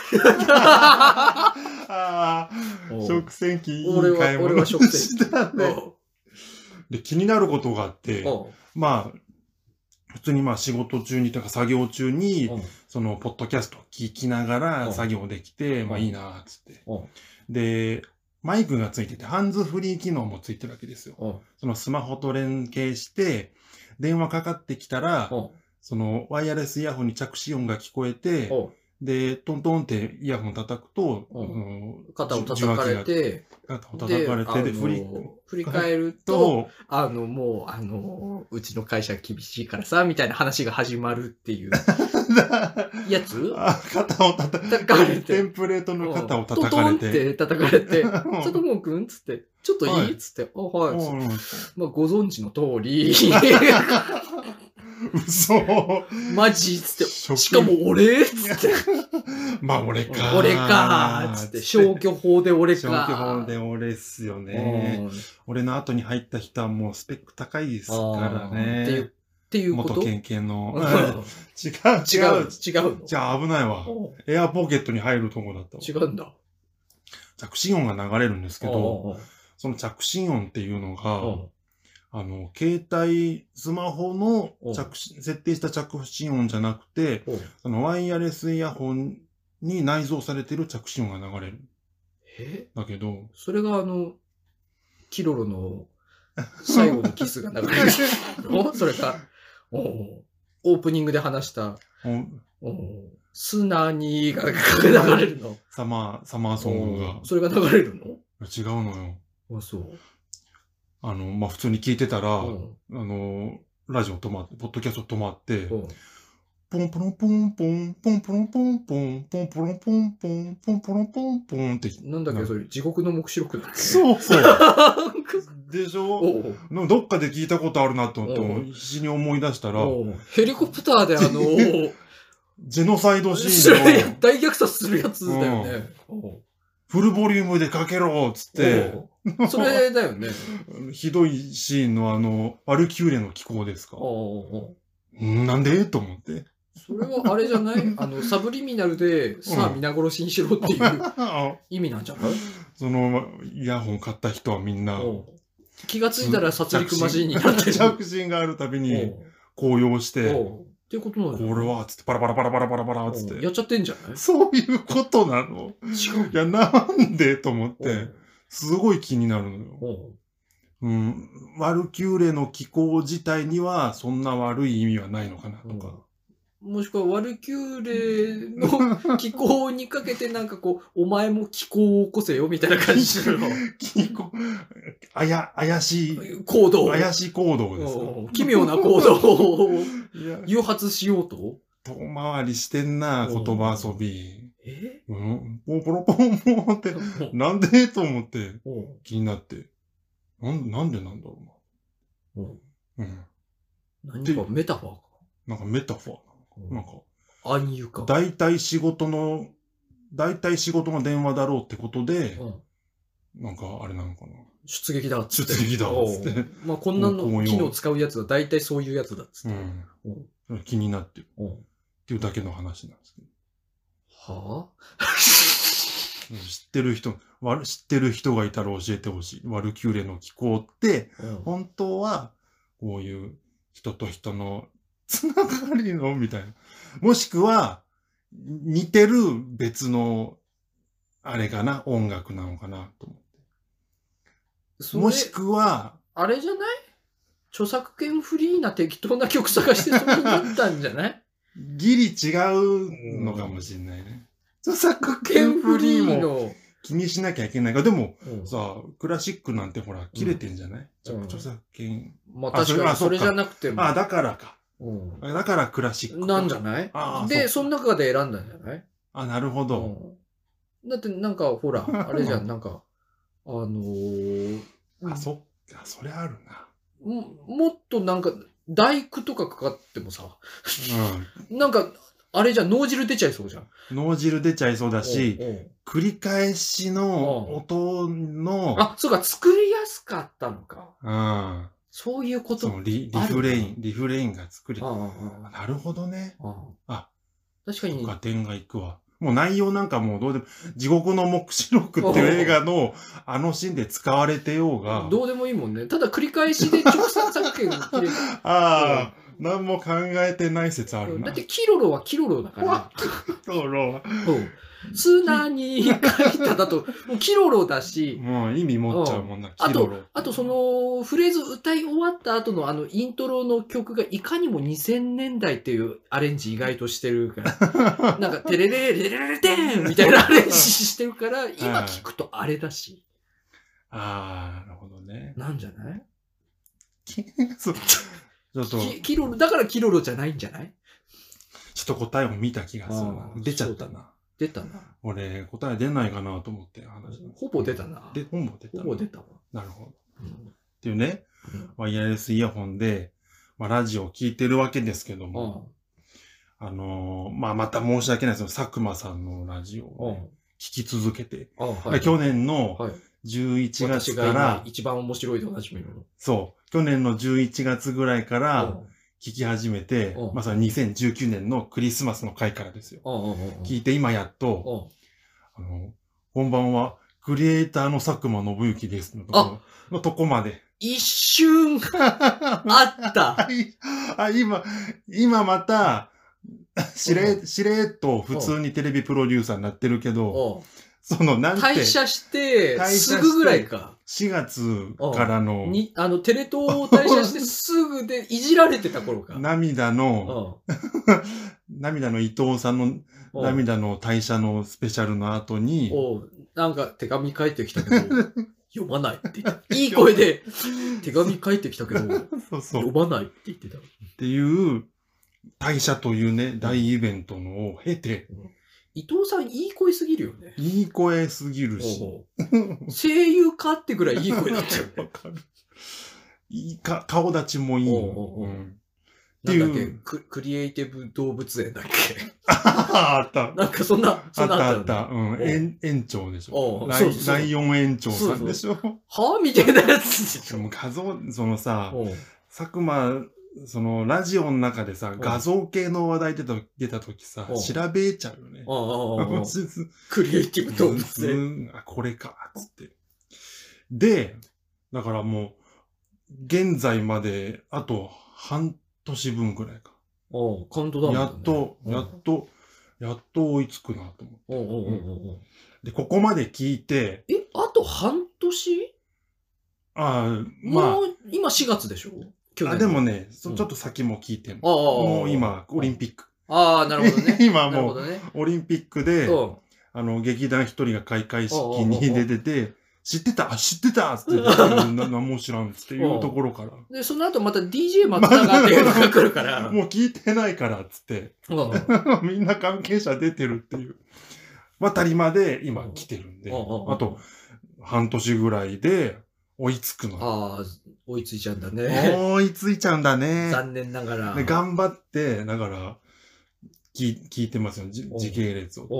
ああ、食洗機いい買い物。俺は食洗機。 で、気になることがあって、まあ、普通にまあ仕事中にとか作業中に、その、ポッドキャスト聞きながら作業できて、まあいいな、つって。で、マイクがついてて、ハンズフリー機能もついてるわけですよ。そのスマホと連携して、電話かかってきたら、そのワイヤレスイヤホンに着信音が聞こえて、で、トントンってイヤホン叩くと、 肩を叩かれて、 肩を叩かれて、で、振り、 振り返ると、あの、もう、あの、うちの会社厳しいからさ、みたいな話が始まるっていうやつあ、肩を叩かれて、テンプレートの肩を叩かれて。トンって叩かれて、ちょっともうくんつって、ちょっといい、はい、つって、あ、はい。まあ、ご存知の通り。 嘘。 マジつって。しかも俺つって。 まあ俺か。 俺かつって。消去法で俺か。 消去法で俺っすよね。俺の後に入った人はもうスペック高いですからね。 っていう、っていうこと？ 元県警の。違う、 違う。違う。違う。 じゃあ危ないわ。エアポケットに入るとこだったわ。 違うんだ。 着信音が流れるんですけど、その着信音っていうのが、あの、携帯、スマホの着信、設定した着信音じゃなくて、そのワイヤレスイヤホンに内蔵されてる着信音が流れる。 えだけど、 それがあの、キロロの最後のキスが流れるのそれか、オープニングで話した、スナニーが流れるのサマー、サマーソングが。 それが流れるの？ 違うのよ。 あ、そう。 あの、まあ、普通に聞いてたら、あの、ラジオ止まって、ポッドキャスト止まって、ポンポロンポンポン、ポンポロンポンポン、ポンポロンポンポン、ポンポロンポンポンって。 なんだっけ、それ、地獄の目視録だっけ？ そうそう。でしょ？どっかで聞いたことあるなと思って、必死に思い出したら、 ヘリコプターであの、 ジェノサイドシーンの大虐殺するやつだよね。 フルボリュームでかけろっつって。 それだよね。 ひどいシーンのあの、ワルキューレの気候ですか。なんでと思って。 それはあれじゃないあの、サブリミナルで、さあ皆殺しにしろっていう意味なんじゃない？ その、イヤホン買った人はみんな。 気がついたら殺戮マシンになってる。 着信があるたびに高揚して、 っていうことなのこれは、つって、パラパラパラパラパラパラ、つって。 やっちゃってんじゃない？ そういうことなの？ 違う。 いや、なんでと思って、すごい気になるのよ。うん。ワルキューレの気候自体には、そんな悪い意味はないのかな、とか。 もしくはワルキューレの気候にかけてなんかこう、お前も気候を起こせよみたいな感じの。 気候、あや、怪しい。 行動。 怪しい行動ですよ。奇妙な行動を誘発しようと遠回りしてんな、言葉遊び。 えうん。ポロポロポンポンって、なんでと思って気になって。なん、なんでなんだろうな。うん。 何かメタファーか。 なんかメタファー。なんか、 暗喩か。 大体仕事の、大体仕事の電話だろうってことで、うん、なんかあれなのかな。 出撃だっつって。 出撃だっつって。 まあこんなの機能使うやつは大体そういうやつだっつって。 うん、気になってる。っていうだけの話なんですけど。 はぁ、 あ、知ってる人、知ってる人がいたら教えてほしい。ワルキューレの気候って、うん、本当は、こういう人と人のつながりのみたいな。もしくは、似てる別の、あれかな、音楽なのかな、と思って。もしくは、 あれじゃない？著作権フリーな適当な曲探してそうになったんじゃない？ ギリ違うのかもしれないね。著作権フリーも気にしなきゃいけないから、でも、うん、さ、クラシックなんてほら、切れてんじゃない？うん、著作権。 まあ確かにそれじゃなくても。 あ、だからか。うん、だからクラシック。 なんじゃない？で、その中で選んだんじゃない？ あ、なるほど。 うん、だってなんか、ほら、あれじゃん、なんか、あのー、 あ、そっか、それあるな。 も、もっとなんか、大工とかかかってもさ、うん、なんか、あれじゃん、脳汁出ちゃいそうじゃん。 脳汁出ちゃいそうだし、繰り返しの音の、 あ、そうか、作りやすかったのか。 うん。 そういうことそうリ、リフレイン、リフレインが作り。なるほどね。あ、 確かに。 とか点がいくわ。もう内容なんかもうどうでも、地獄の黙示録っていう映画のあのシーンで使われてようが。 どうでもいいもんね。ただ繰り返しで直接作権が切れた。 ああ、何も考えてない説あるな。 だってキロロはキロロだから。 キロロは。 砂に書いただと、もうキロロだし。 もう意味持っちゃうもんな、 キロロ。あと、あとその、フレーズ歌い終わった後のあのイントロの曲がいかにもにせんねんだいっていうアレンジ意外としてるから。なんか、テレレレレレレテンみたいなアレンジしてるから、今聞くとあれだし。 ああ、なるほどね。 なんじゃない？ そう。ちょっとキロロ、だからキロロじゃないんじゃない？ ちょっと答えを見た気がするな。出ちゃったな。 出たな。 俺、答え出ないかなと思って話。 ほぼ出たな。 で、ほぼ出た。 ほぼ出たわ。 なるほど。うん、っていうね、うん、ワイヤレスイヤホンで、まあ、ラジオを聞いてるわけですけども、うん、あのー、まあ、また申し訳ないですけど、佐久間さんのラジオを、ね、聞き続けて、はい、去年のじゅういちがつから、はい、 一番面白いでおなじみの。 そう、去年のじゅういちがつぐらいから、聞き始めて、まあ、それはにせんじゅうきゅうねんのクリスマスの回からですよ。聞いて今やっと、あの、こんばんは、クリエイターの佐久間信之ですのとこのとこまで。 一瞬、あったあ、今、今また、しれ、しれっと普通にテレビプロデューサーになってるけど、その、なんて。 退社して、すぐぐらいか。 しがつからの。 に、あの、テレ東を退社してすぐでいじられてた頃か。 涙の、涙の伊藤さんの涙の退社のスペシャルの後に。 なんか手紙書いてきたけど、読まないって言って。いい声で、手紙書いてきたけど、そうそう読まないって言ってた。 っていう、退社というね、大イベントのを経て、うん伊藤さんいい声すぎるよね。 いい声すぎるし。 声優かってぐらいいい声だったよね。わかる。 いいか、顔立ちもいい。おうおうおう、うん、 っていう。なんだっけク、クリエイティブ動物園だっけあった。 なんかそんな、そんなあったあった。うん。園、園長でしょ。ライ, そうそうライオン園長さんでしょ。そうそうはぁみたいなやつでしょ。 もう画像、そのさ、佐久間、その、ラジオの中でさ、画像系の話題出た出た時さ、調べちゃうよね。 クリエイティブ動物園。 あ、これか、つって。で、だからもう、現在まで、あと半年分くらいか。 カウントダウンだね。 やっと、やっと、やっと追いつくなと思って。 おうおうおうおうで、ここまで聞いて。 え、あと半年？ ああ、まあ。 もう、今しがつでしょ？去年。 あ、でもね、ちょっと先も聞いても。もう今、オリンピック。 ああ、なるほどね。 今もう、オリンピックで、あの、劇団一人が開会式に出てて、知ってた知ってたつって、何も知らんっていうところから。 で、その後また ディージェー 松永っていうのが来るから。 もう聞いてないからっつって、みんな関係者出てるっていう。あたりまで今来てるんで、あと、半年ぐらいで追いつくの。 ああ、追いついちゃうんだね。 追いついちゃうんだね。 残念ながら。 で、頑張って、だから、聞聞いてますよ、時系列をって。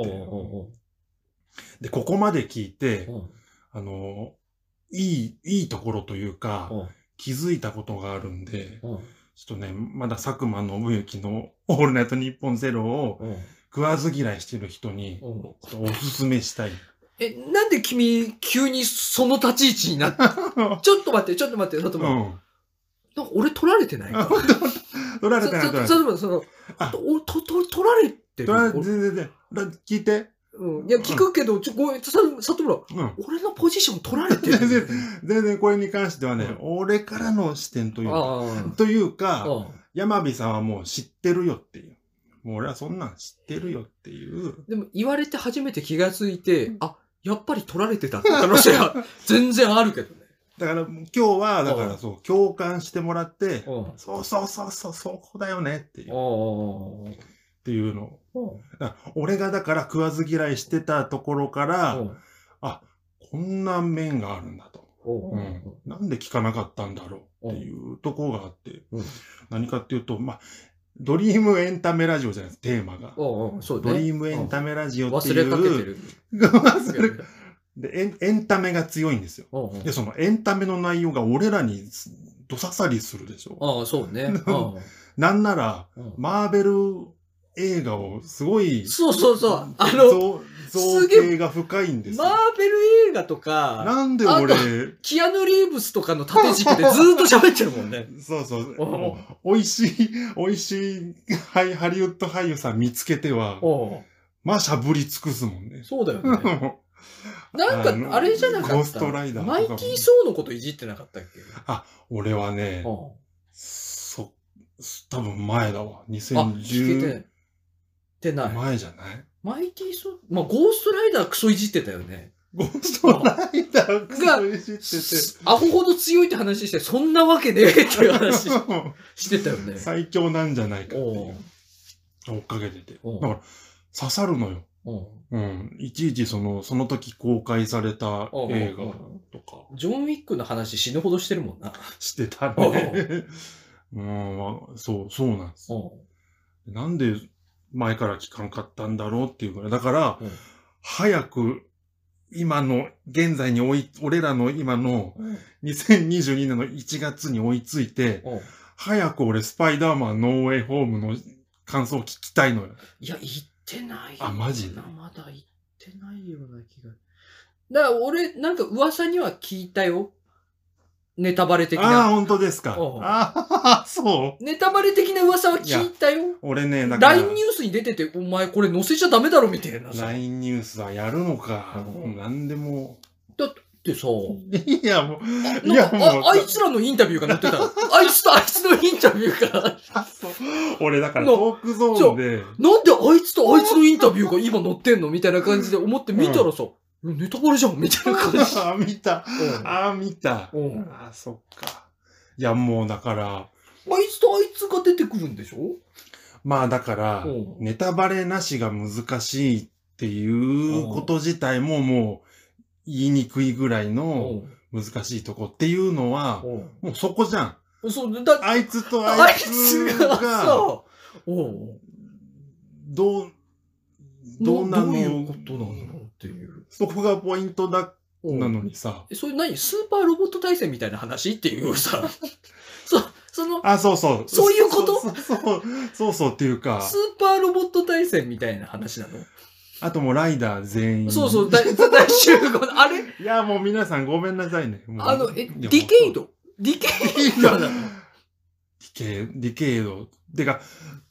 で、ここまで聞いて、あの、いい、いいところというか、気づいたことがあるんで、ちょっとね、まだ佐久間信之のオールナイトニッポンゼロを食わず嫌いしてる人に、ちょっとおすすめしたい。 え、なんで君、急にその立ち位置になったちょっと待って、ちょっと待って、佐藤君。なんか俺取られてないか取られてない。 佐藤君、その、と、と、取られてる。 取られて、全然、全然。聞いて。 うん。いや、聞くけど、ちょ、ごめん、佐藤君、俺のポジション取られてる。 全然、全然これに関してはね、俺からの視点というか、というか、山火さんはもう知ってるよっていう。もう俺はそんなん知ってるよっていう。 でも言われて初めて気がついて、あ、やっぱり取られてたって可能性は全然あるけどね。 だから今日は、だからそう、共感してもらって、そうそうそうそう、そこだよねっていう。っていうのを。俺がだから食わず嫌いしてたところから、あ、こんな面があるんだと。うん、なんで聞かなかったんだろうっていうところがあって、何かっていうと、まあ、ドリームエンタメラジオじゃないです、テーマが。 おうおうそうね、 ドリームエンタメラジオっていう。 忘れかけてる。 忘れでエン、エンタメが強いんですよ。おうおうで、そのエンタメの内容が俺らにど刺さりするでしょ。 ああ、そうね。 なんなら、マーベル映画をすごい。 そうそうそう。あの、 造形が深いんですよ。 マーベル映画とか、 なんで俺、 キアヌ・リーブスとかの縦軸でずーっと喋ってるもんね。 そうそう。もう美味しい、美味しいハリウッド俳優さん見つけては、まあしゃぶり尽くすもんね。 そうだよね。なんか、あれじゃなかった。 ゴーストライダー。 マイティー・ソーのこといじってなかったっけ？ あ、俺はね、そ、多分前だわ。にせんじゅう。 ってない。 前じゃない？ マイティーソー、まあ、ゴーストライダークソいじってたよね。 ゴーストライダークソいじってて。 アホほど強いって話して、そんなわけねえっていう話してたよね。 最強なんじゃないかっていう。追っかけてて。だから、刺さるのよ。うん。いちいちその、その時公開された映画とか。 ジョン・ウィックの話死ぬほどしてるもんな。 してたね。うん、そう、そうなんです。なんで、前から聞かんかったんだろうっていうから。だから、うん、早く、今の、現在に追い、俺らの今の、にせんにじゅうにねんのいちがつに追いついて、うん、早く俺、スパイダーマンノーウェイホームの感想を聞きたいのよ。 いや、言ってないよ。 あ、マジでまだ言ってないような気が。だから俺、なんか噂には聞いたよ。ネタバレ的な。 ああ、本当ですか。ああ、そう。 ネタバレ的な噂は聞いたよ。 俺ね、だから。 ライン ニュースに出てて、お前これ載せちゃダメだろみたいなさ。 ライン ニュースはやるのか。なんでも。 だってさ。 いや、もう。 いや、もうあ。あいつらのインタビューが載ってた。あいつとあいつのインタビューが。 そう。俺だからトークゾーンで。 なんであいつとあいつのインタビューが今載ってんのみたいな感じで思って見たらさ。うんネタバレじゃんみたいな感じ。 ああ、見た。ああ、見た。ああ、そっか。いや、もうだから。あいつとあいつが出てくるんでしょ？ まあだから、ネタバレなしが難しいっていうこと自体ももう言いにくいぐらいの難しいとこっていうのは、もうそこじゃん。 そうだあいつとあいつが、どう、どうなの？ どういうことなのっていう。 そこがポイントだ、なのにさ。 え、それ何スーパーロボット対戦みたいな話っていうさ。そ、その、 あ、そうそう。 そういうことそうそうそう、そうそうっていうか。 スーパーロボット対戦みたいな話なのあともうライダー全員。 そうそう、大、大集合。あれいや、もう皆さんごめんなさいね。 あの、え、ディケイドディケイドなのディケイド、ディケイド。てか、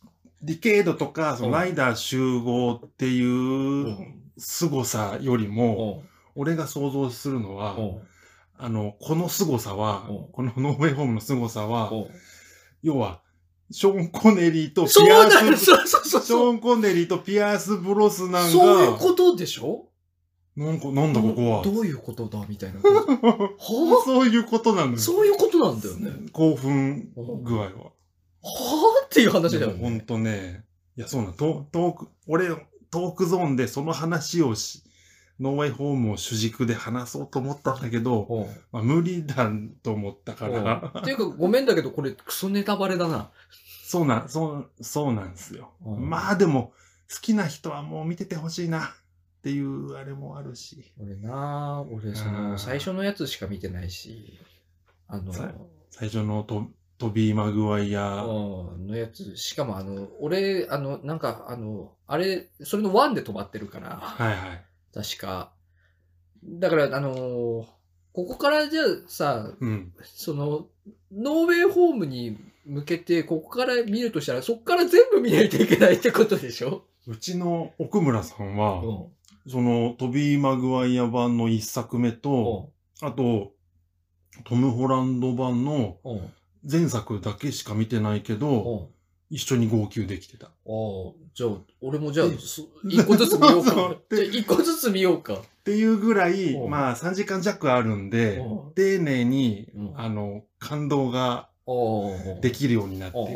ディケードとか、そのライダー集合っていう凄さよりも、俺が想像するのは、あの、この凄さは、このノーウェイホームの凄さは、要は、ショーン・コネリーとピアース、 そうそうそうショーン・コネリーとピアース・ブロスナンが、 そういうことでしょなんか、なんだここは。 どういうことだみたいな。はそういうことなんだよ。 そういうことなんだよね。 興奮具合は。 はぁっていう話だよね。 ほんとね。いや、そうなの。トーク、俺、トークゾーンでその話をし、ノーウェイホームを主軸で話そうと思ったんだけど、まあ、無理だと思ったから。 っていうか、ごめんだけど、これクソネタバレだな。 そうな、そう、そうなんですよ。まあでも、好きな人はもう見ててほしいなっていうあれもあるし。 俺なぁ、俺その、最初のやつしか見てないし、あの、 最初のトトビー・マグワイアのやつ、しかもあの、俺、あの、なんか、あの、あれ、それのワンで止まってるから、 はいはい。 確か。だから、あのー、ここからじゃあさ、 うん、 その、ノーウェイホームに向けて、ここから見るとしたら、そこから全部見ないといけないってことでしょ？ うちの奥村さんは、 うん、 そのトビー・マグワイア版の一作目と、あと、トム・ホランド版の前作だけしか見てないけど、一緒に号泣できてた。ああ、じゃあ、俺もじゃあ、一個ずつ見ようか。じゃあ、一個ずつ見ようか。 っていうぐらい、まあ、さんじかん弱あるんで、丁寧に、あの、感動ができるようになっている。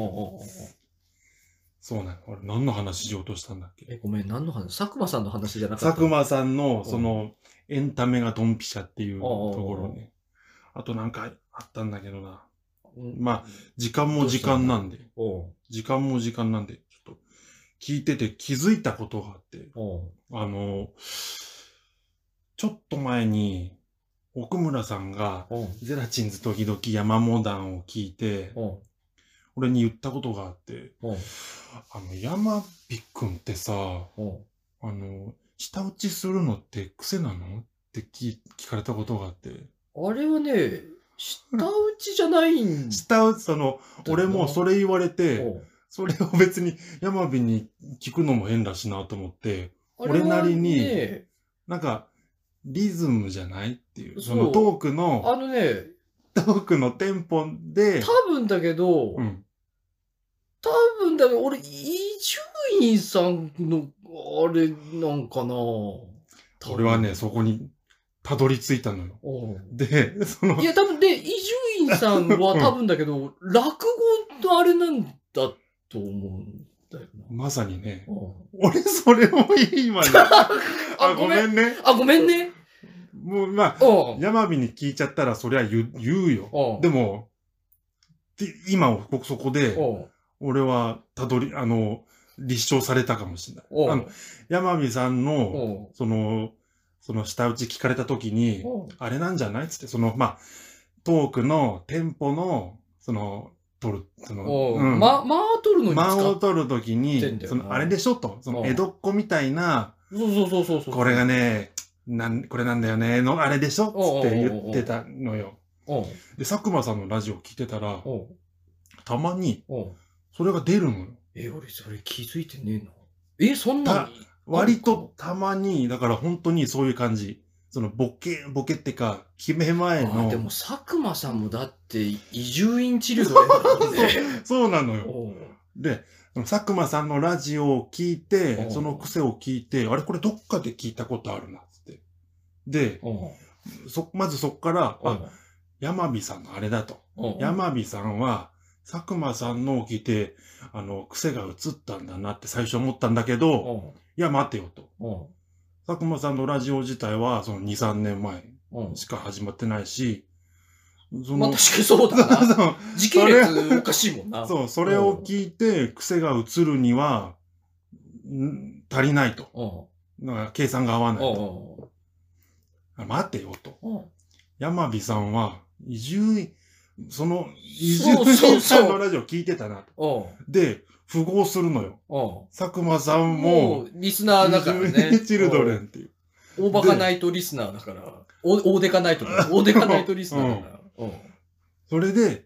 そうなの。俺、何の話しようとしたんだっけ？ え、ごめん、何の話？佐久間さんの話じゃなかった？ 佐久間さんの、その、エンタメがドンピシャっていうところね。あとなんかあったんだけどな。まあ、時間も時間なんで。時間も時間なんで。ちょっと、聞いてて気づいたことがあって。あの、ちょっと前に、奥村さんが、ゼラチンズ時々山モダンを聞いて、俺に言ったことがあって、あの、山火くんってさ、あの、舌打ちするのって癖なのって聞聞かれたことがあって。 あれはね、舌打ちじゃないんだ。 舌打ち、その、俺もそれ言われて、それを別に山火に聞くのも変だしなと思って、俺なりに、なんか、リズムじゃないっていう。そのトークの、 あのね、 トークのテンポで、 多分だけど、うん、多分だけど、俺、伊集院さんの、あれなんかな。 俺はね、そこにたどり着いたのよ。で、その。 いや、多分で、伊集院さんは多分だけど、落語のあれなんだと思うんだよな。 まさにね。俺、それを今ね。あ、ごめんね。 あ、ごめんね。 もう、まあ、山火に聞いちゃったら、そりゃ言う、言うよ。でも、今、そこで、俺は、たどり、あの、立証されたかもしれない。あの、山火さんの、その、その下打ち聞かれた時に、あれなんじゃないつって、その、まあ、トークのテンポの、その、取る、その、 うん、ま、間を取るのに間を取る時に、その、あれでしょと、その、江戸っ子みたいな、 そうそうそうそうそう。 これがね、なん、これなんだよね、の、あれでしょつって言ってたのよ。で、佐久間さんのラジオ聞いてたら、たまに、それが出るのよ。 え、俺それ気づいてねえな。え、そんな割とたまに、だから本当にそういう感じ。そのボケ、ボケってか、決め前の。 あ、でも佐久間さんもだって伊集院チルドレンなんで。 そうなのよ。で、佐久間さんのラジオを聞いて、その癖を聞いて、あれこれどっかで聞いたことあるな、つって。で、そ、まずそっから、あ、山火さんのあれだと。山火さんは、佐久間さんのを聞いて、あの、癖が移ったんだなって最初思ったんだけど、いや、待てよと。佐久間さんのラジオ自体は、そのに、さんねんまえしか始まってないし、 その、まあ、確かにそうだな。時系列おかしいもんな。 そう、それを聞いて、癖が移るには、ん足りないと。だから計算が合わないと。待てよと。山火さんは、移住、その、移住人さんのラジオ聞いてたなと。で、符合するのよ。佐久間さんも、 リスナーだからね。 チルドレンっていう。 大バカナイトリスナーだから。大デカナイトだ。大デカナイトリスナーだから。 それで、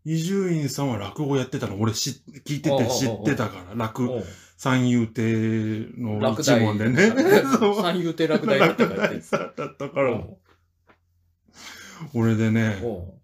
伊集院さんは落語やってたの俺し聞いてて知ってたから、落、三遊亭の一門でね。 三遊亭落第だったから。 だったから。俺でね、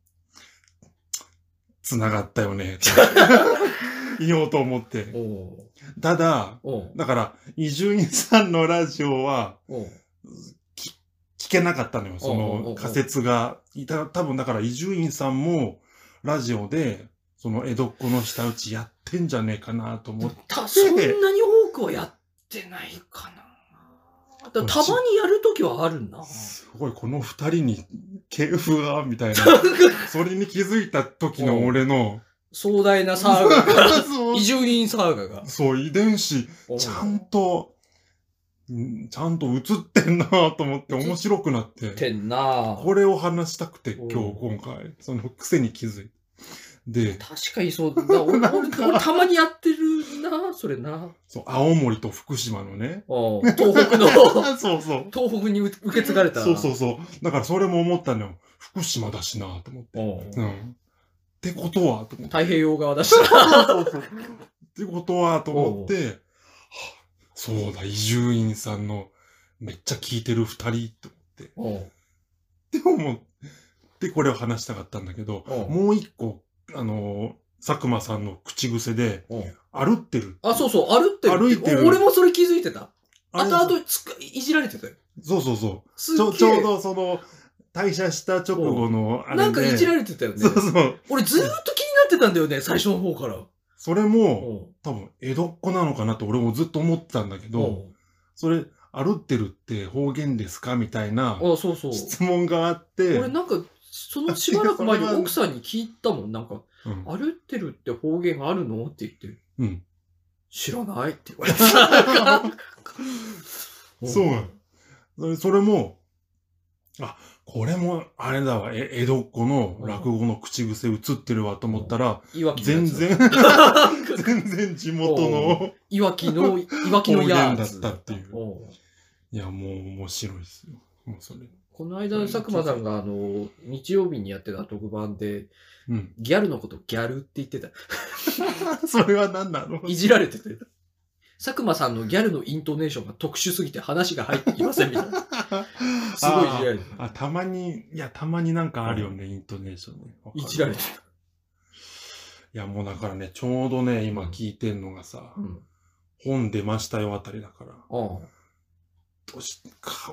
繋がったよね。言おうと思って。ただ、だから、伊集院さんのラジオは、聞けなかったのよ、その仮説が。多分だから伊集院さんも、ラジオで、その江戸っ子の舌打ちやってんじゃねえかなと思って。 た、そんなに多くはやってないかな。たまにやるときはあるな。 すごい、この二人に系譜が、みたいな。それに気づいた時の俺の。 壮大なサーガが。伊集院サーガが。 そう、遺伝子、ちゃんと、ちゃんと映ってんなと思って面白くなって。 てんなこれを話したくて今日今回。その癖に気づいて。で。 確かにそうだ。俺、俺、俺たまにやってるなそれな。 そう、青森と福島のね。 東北の。 そうそう。 東北に受け継がれた。 そうそうそう。だからそれも思ったのよ。福島だしなと思って。うん。ってことはと思って。 太平洋側だしな。 そうそう。ってことはと思って、そうだ、伊集院さんのめっちゃ聞いてる二人と思って。で思ってこれを話したかったんだけど、もう一個、あのー、佐久間さんの口癖で、歩ってる。 あ、そうそう、歩ってる。歩いてる。俺もそれ気づいてた。あとあといじられてたよ。 そうそうそう。ちょ、ちょうどその、退社した直後のあれで。 なんかいじられてたよね。 そうそう。 俺ずーっと気になってたんだよね、最初の方から。 それも、多分、江戸っ子なのかなと俺もずっと思ってたんだけど、それ、歩ってるって方言ですかみたいな質問があって。 俺なんか、そのしばらく前に奥さんに聞いたもん。なんか、うん、歩ってるって方言あるのって言って、うん、知らないって言われてた。 そう。それ、それも、あ、これも、あれだわ、え、江戸っ子の落語の口癖映ってるわと思ったら、全然、全然地元の、 いわきの、いわきのやだったっていう。いや、もう面白いですよ。もうそれ。 この間、佐久間さんが、あの、日曜日にやってた特番で、うん、ギャルのことギャルって言ってた。 それは何なの？ いじられてて。佐久間さんのギャルのイントネーションが特殊すぎて話が入ってきませんみたいな。すごいいじられてる。 あ、たまに、いや、たまになんかあるよね、うん、イントネーションね。 いじられてる。 いや、もうだからね、ちょうどね、今聞いてんのがさ、うん、本出ましたよあたりだから。うん、どうし、か、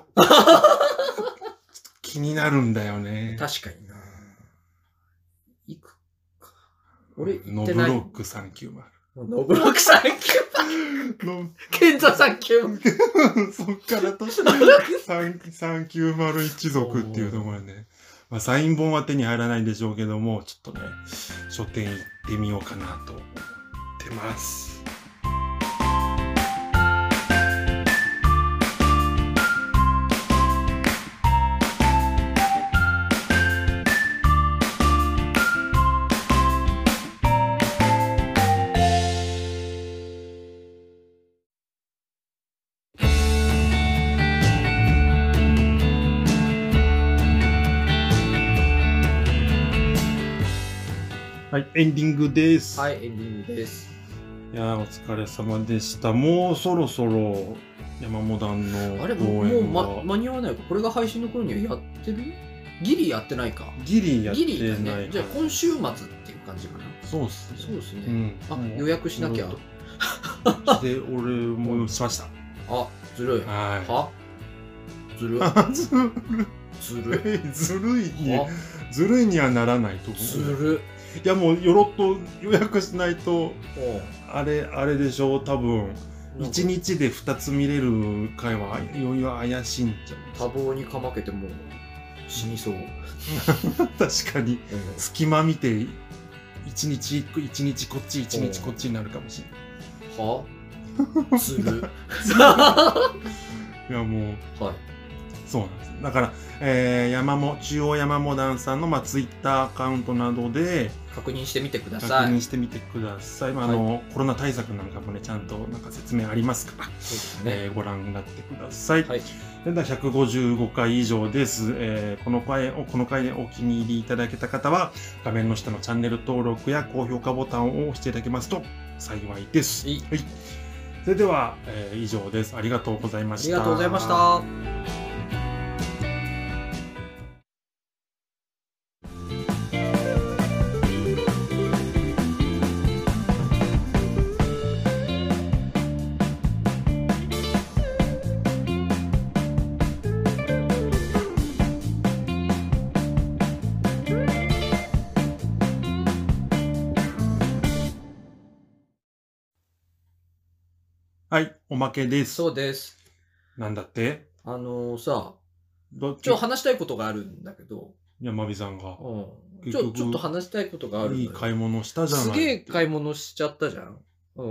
気になるんだよね。 確かにな。行くか。俺行ってない。ノブロックさんきゅうまる。 ノブロックさんきゅうまる。ケンザさんきゅうまる。 そっからとさんきゅうまる一族っていうところでね。まあ、サイン本は手に入らないんでしょうけども、ちょっとね、書店行ってみようかなと思ってます。はい、エンディングです。 はい、エンディングです。 いやー、お疲れ様でした。もうそろそろ山モダンのあれ、もう、ま、間に合わないか。これが配信の頃にはやってる？ギリやってないか。 ギリやってない。ギリだね。じゃあ今週末っていう感じかな。 そうっすね。 そうですね。うん、あ、予約しなきゃ。 で、俺もしました。 あ、ずるい。 はい。 はずるい。 ずるい。ずるいに、ずるいにはならないと思う。 ずるい。 いやもうよろっと予約しないとあれあれでしょう多分いちにちでふたつ見れる回は余裕怪しいんじゃない多忙にかまけても死にそう確かに、うん、隙間見ていちにちいちにちこっちいちにちこっちになるかもしれないはするいやもう、 はい、 そうなんです。だから、えー、山も、中央山モダンさんの、まあ、ツイッターアカウントなどで、 確認してみてください。 確認してみてください。まあ、あの、はい、コロナ対策なんかもね、ちゃんとなんか説明ありますから、そうですね。えー、ご覧になってください。はい。それではひゃくごじゅうごかい以上です。えー、この回を、この回でお気に入りいただけた方は、画面の下のチャンネル登録や高評価ボタンを押していただけますと幸いです。はい。はい、それでは、えー、以上です。ありがとうございました。 ありがとうございました。 はい、おまけです。 そうです。 なんだって？ あのー、さ、ちょっと話したいことがあるんだけど。 山火さんが。 うん。ちょ、ちょっと話したいことがあるんだよ。 いい買い物したじゃない。 すげえ買い物しちゃったじゃん。うん。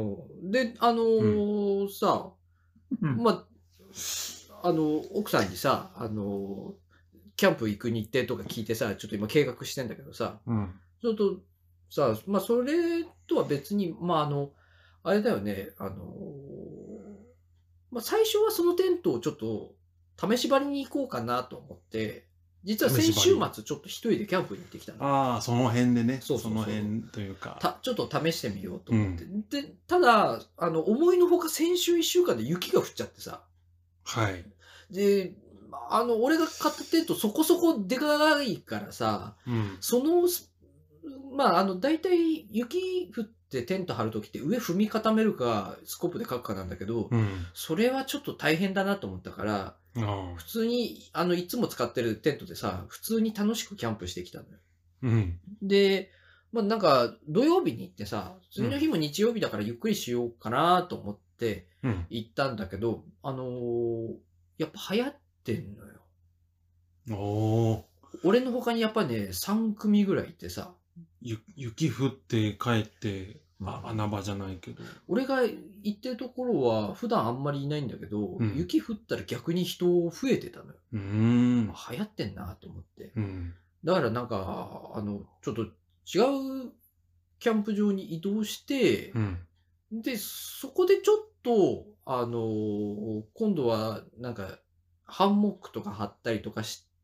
で、あのーうん、さ、うん、まあ、あの、奥さんにさ、あのー、キャンプ行く日程とか聞いてさ、ちょっと今計画してんだけどさ、うん、ちょっとさ、まあ、それとは別に、まあ、あの、あれだよね、あのー、まあ、最初はそのテントをちょっと試し張りに行こうかなと思って、実は先週末ちょっと一人でキャンプに行ってきたの。 ああ、その辺でね。そうそうそう、その辺というか。 たちょっと試してみようと思って。うん、で、ただ、あの、思いのほか先週一週間で雪が降っちゃってさ。 はい。 で、あの、俺が買ったテントそこそこでかいからさ、うん、その、まあ、あの、大体雪降ってテント張るときって上踏み固めるか、スコープで書くかなんだけど、うん、それはちょっと大変だなと思ったから、普通に、あの、いつも使ってるテントでさ、普通に楽しくキャンプしてきたのよ。うん、で、まあ、なんか、土曜日に行ってさ、次の日も日曜日だからゆっくりしようかなと思って行ったんだけど、うん、あのー、やっぱ流行ってんのよ。おー。俺の他にやっぱね、さんくみぐらいいてさ。 ゆ雪降って帰って、あ、穴場じゃないけど。 俺が行ってるところは普段あんまりいないんだけど、うん、雪降ったら逆に人増えてたのよ。うーん。流行ってんなと思って。うん、だからなんか、あの、ちょっと違うキャンプ場に移動して、うん、で、そこでちょっと、あの、今度はなんか、ハンモックとか張ったりとかして、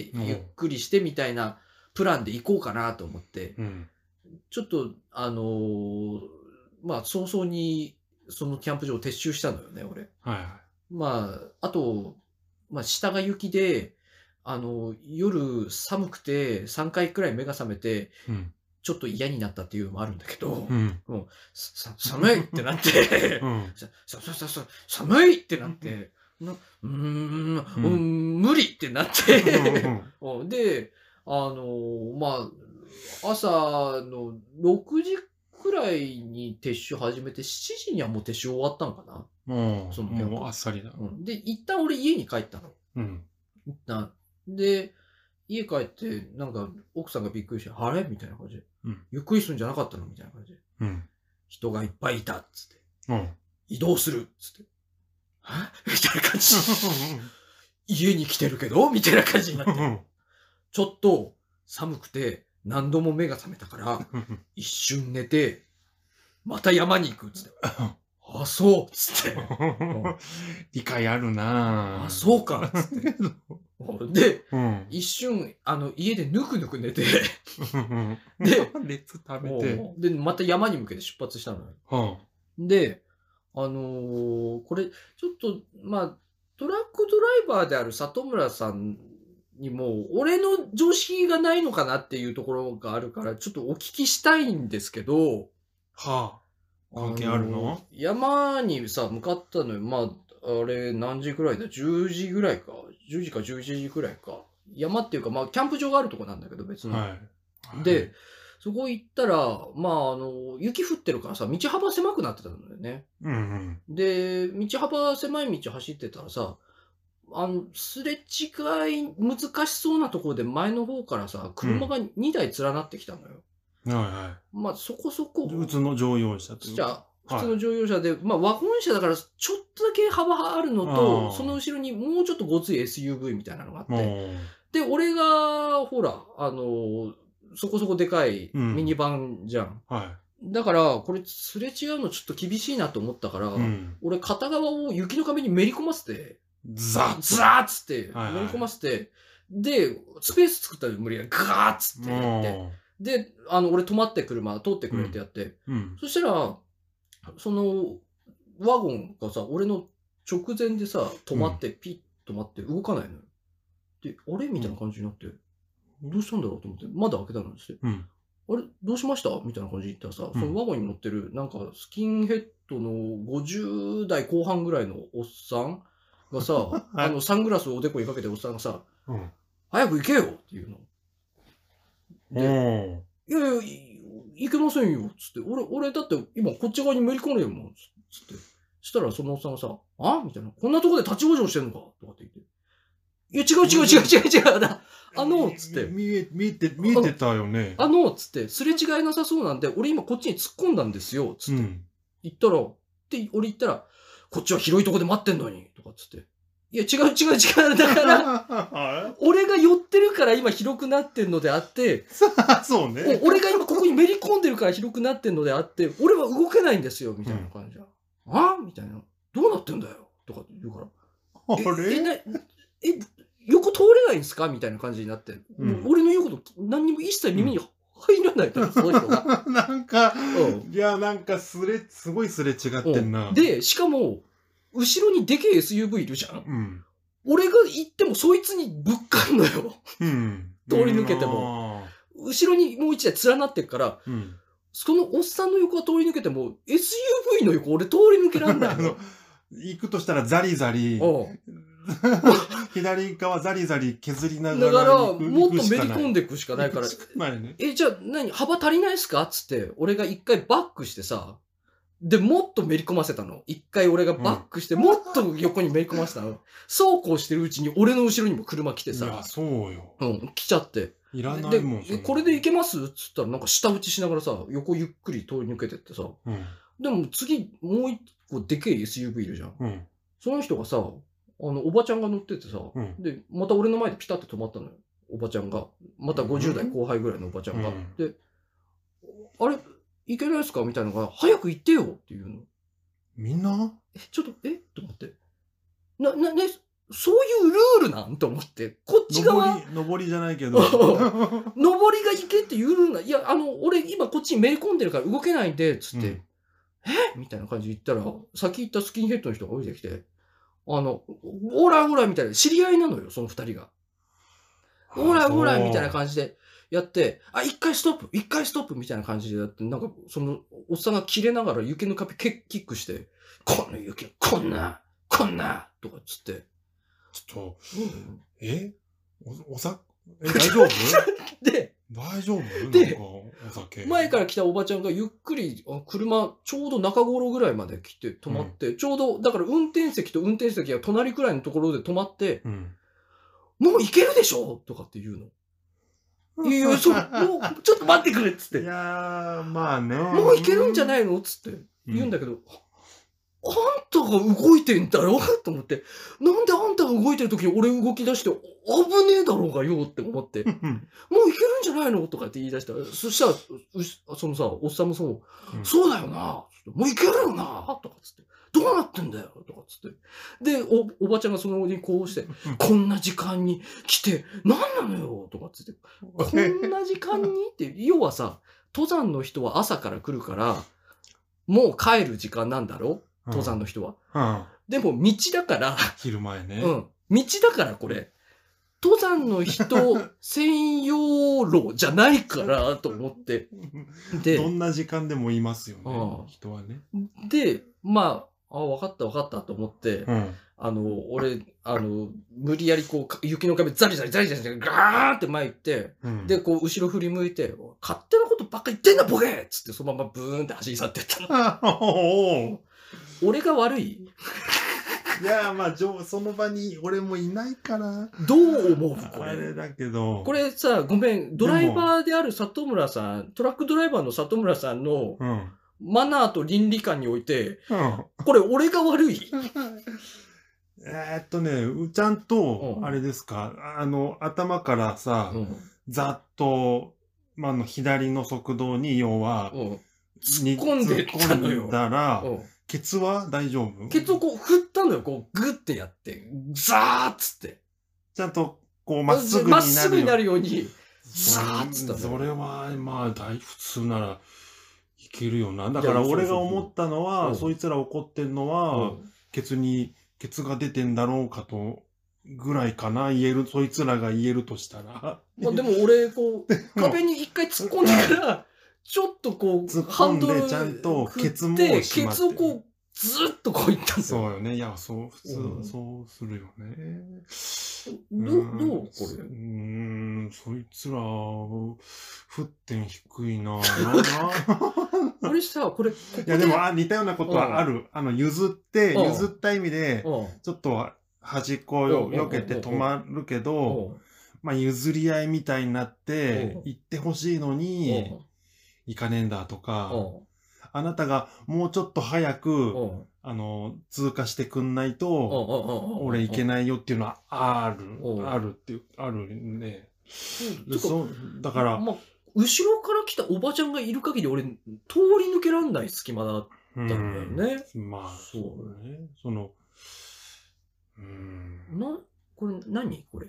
ゆっくりしてみたいなプランで行こうかなと思って、うん、ちょっと、あのー、まあ、早々に、そのキャンプ場を撤収したのよね、俺。はいはい。まあ、あと、まあ、下が雪で、あの、夜寒くてさんかいくらい目が覚めて、うん、ちょっと嫌になったっていうのもあるんだけど、うん、もうさ寒いってなって、うん、ささささ寒いってなって、なうーん、うん、無理ってなってで、あの、まあ、朝のろくじくらいに撤収始めて、しちじにはもう撤収終わったのかな。 うん、そのもうあっさりだ。 うん、で、一旦俺家に帰ったの。うん。一旦。で、家帰って、なんか、奥さんがびっくりして、あれみたいな感じで。うん。ゆっくりするんじゃなかったのみたいな感じで。うん。人がいっぱいいたっつって。うん。移動するっつって。はみたいな感じ。家に来てるけどみたいな感じになって。ちょっと寒くて何度も目が覚めたから、一瞬寝て、また山に行くっつって。あ、そうっつって。 理解あるなぁ。あ、そうかっつって。で、うん、一瞬、あの、家でぬくぬく寝て、 で、熱食べて、 で、また山に向けて出発したのよ。うん、で、あのー、これ、ちょっと、まあ、トラックドライバーである里村さんにも、俺の常識がないのかなっていうところがあるから、ちょっとお聞きしたいんですけど、 はあ。関係あるの？ 山にさ、向かったのよ。まあ、あれ、何時ぐらいだ ?じゅう 時ぐらいか。じゅうじかじゅういちじぐらいか。山っていうか、まあ、キャンプ場があるとこなんだけど、別に。はい。で、はい、そこ行ったら、まあ、あの、雪降ってるからさ、道幅狭くなってたんだよね。うんうん。で、道幅狭い道走ってたらさ、あの、すれ違い難しそうなところで前の方からさ、車がにだい連なってきたのよ。うん、はいはい。まあ、そこそこ。 普通の乗用車というか。 じゃあ、 普通の乗用車で、はい、まあワゴン車だからちょっとだけ幅あるのと、その後ろにもうちょっとごつい エスユーブイみたいなのがあって、で、俺が、ほら、あの、そこそこでかいミニバンじゃん。うん、はい。だから、これすれ違うのちょっと厳しいなと思ったから、うん、俺片側を雪の壁にめり込ませて、ザーッザーッつって、めり込ませて、で、スペース作ったら無理やりガーッつってやって、で、あの、俺止まって車、通ってくれってやって、うんうん、そしたら、その、ワゴンがさ、俺の直前でさ、止まって、ピッと止まって動かないのよ。で、あれみたいな感じになって、うん、どうしたんだろうと思って、窓開けたのにして、うん、あれどうしましたみたいな感じで言ったらさ、そのワゴンに乗ってる、なんか、スキンヘッドのごじゅう代後半ぐらいのおっさんがさ、あの、サングラスをおでこにかけておっさんがさ、うん、早く行けよっていうの。で、いやいや、行けませんよ、つって。俺、俺、だって今こっち側にめり込んでるもん、つって。そしたらそのおっさんがさ、あみたいな。こんなとこで立ち往生してんのかとかって言って。いや、違う違う違う違う違う。だあの、つって。 見え、見えて、見えてたよね。 あの、つって、すれ違いなさそうなんで、俺今こっちに突っ込んだんですよ、つって。うん、言ったら、って俺言ったら、こっちは広いとこで待ってんのに、とかつって。いや、違う違う違う。だから、俺が寄ってるから今広くなってんのであって、 そうね。 俺が今ここにめり込んでるから広くなってんのであって、俺は動けないんですよ、みたいな感じで。うん、あみたいな。どうなってんだよとかって言うから。 あれえ、え、え、横通れないんですかみたいな感じになって。うん、俺の言うこと何にも一切耳に入らないから、うん、その人が。 なんか、うん、いや、なんかすれ、すごいすれ違ってんな。 うん、で、しかも、後ろにでけえ エスユーブイ いるじゃん。うん、俺が行ってもそいつにぶっかんのよ。うん、通り抜けても。後ろにもう一台連なってるから、うん、そのおっさんの横は通り抜けても、エスユーブイ の横俺通り抜けらんないの。 行くとしたらザリザリ。左側ザリザリ削りながら。 だから、もっとめり込んでいくしかないから。ね、え、じゃあ何幅足りないっすかつって、俺が一回バックしてさ、で、もっとめり込ませたの。一回俺がバックして、もっと横にめり込ませたの。そうこうしてるうちに俺の後ろにも車来てさ。 いや、そうよ。 うん、来ちゃって。 いらないもん。 で、これで行けますつったらなんか下打ちしながらさ、横ゆっくり通り抜けてってさ。うん、でも次、もう一個でけえ エスユーブイ いるじゃん。うん、その人がさ、あの、おばちゃんが乗っててさ、うん、で、また俺の前でピタッと止まったのよ。おばちゃんが。またごじゅう代後輩ぐらいのおばちゃんが。うん、で、あれいけないですかみたいなのが、早く行ってよっていうの。 みんなえ、ちょっと、えと思って。な、な、ね、そういうルールなんと思って。こっち側。 上り、上りじゃないけど。 上りが行けっていうルールな。いや、あの、俺今こっちにめり込んでるから動けないんで、つって。うん、えみたいな感じで言ったら、先行ったスキンヘッドの人が降りてきて、あの、オラオラみたいな、知り合いなのよ、その二人が。オラオラみたいな感じで。やって、あ、一回ストップ一回ストップみたいな感じでやって、なんか、その、おっさんが切れながら雪の壁キックして、この雪、こんな、こんな、とかっつって。 ちょっと、うん、えお、おさ、え、大丈夫で、 大丈夫で、お酒。 前から来たおばちゃんがゆっくり、車、ちょうど中頃ぐらいまで来て止まって、うん、ちょうど、だから運転席と運転席が隣くらいのところで止まって、うん、もう行けるでしょとかって言うの。いやいや、そう、もう、ちょっと待ってくれっつって。 いやー、まあね。 もういけるんじゃないのつって言うんだけど、うん、あんたが動いてんだろと思って。なんであんたが動いてる時に俺動き出して、危ねえだろうがよって思って。もういけるんじゃないのとかって言い出したら、そしたら、そのさ、おっさんもそう、うん、そうだよなもういけるよなとかつって。どうなってんだよとかつって。で、お、おばちゃんがそのにこうして、こんな時間に来て、何なのよとかつって。こんな時間にって、要はさ、登山の人は朝から来るから、もう帰る時間なんだろ登山の人は。うんうん、でも道だから。 昼前ね。 うん。道だからこれ。登山の人専用路じゃないからと思って。 で、どんな時間でもいますよね。うん、人はね。 で、まあ、あ、わかったわかったと思って、うん、あの、俺、あの、無理やりこう、雪の壁ザリザリザリザリガーって前行って、うん、で、こう、後ろ振り向いて、勝手なことばっか言ってんだボケっつってそのままブーンって走り去ってったの。俺が悪いいやまあ、その場に俺もいないから。 どう思うこれ。 あれだけど。 これさ、ごめん、ドライバーである里村さん、トラックドライバーの里村さんの、うんマナーと倫理観において、 うん、 これ俺が悪いえっとね、ちゃんと、あれですか、あの、頭からさ、うん、ざっと、まあ、の左の側道に、要は、うん、 突っ込んでったのよ。 だら、ケツは大丈夫？ ケツをこう振ったのよ、こうグッてやって、ザーっつって。 ちゃんと、こう、まっすぐになる。 まっすぐになるように、ザーっつったの。 それは、まあ、大普通なら、いけるよな。だから俺が思ったのは、そいつら怒ってんのは、ケツに、ケツが出てんだろうかと、ぐらいかな、言える、そいつらが言えるとしたら。 まあでも俺、こう、壁に一回突っ込んでから、ちょっとこう、 突っ込んでちゃんとケツもケツをこう、ずっとこういったんだよ。 そうよね。いや、そう、普通、うん、そうするよね。 どう、どうこれうーん、そいつら、沸点低いな俺さ、これ、ここいや、でも、あ、似たようなことはある。あの、譲って、譲った意味で、ちょっと端っこをよけて止まるけど、まあ、譲り合いみたいになって、行ってほしいのに、行かねえんだとか、あなたがもうちょっと早く、あの、通過してくんないと、俺行けないよっていうのはある。あるっていう、あるね。そう、だから、 まあ、後ろから来たおばちゃんがいる限り俺、通り抜けらんない隙間だったんだよね。 まあ、そうね。その、 うん。な、これ何これ。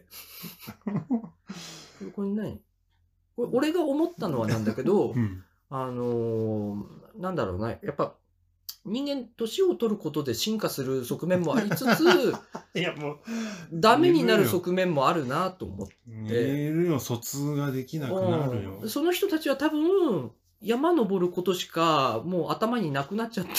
これ何これ俺が思ったのはなんだけど、うん、あのー、なんだろうな、やっぱ、人間、年を取ることで進化する側面もありつつ、 いやもう、 ダメになる側面もあるなと思って。 見えるよ、疎通ができなくなるよ。 その人たちは多分、山登ることしかもう頭になくなっちゃって、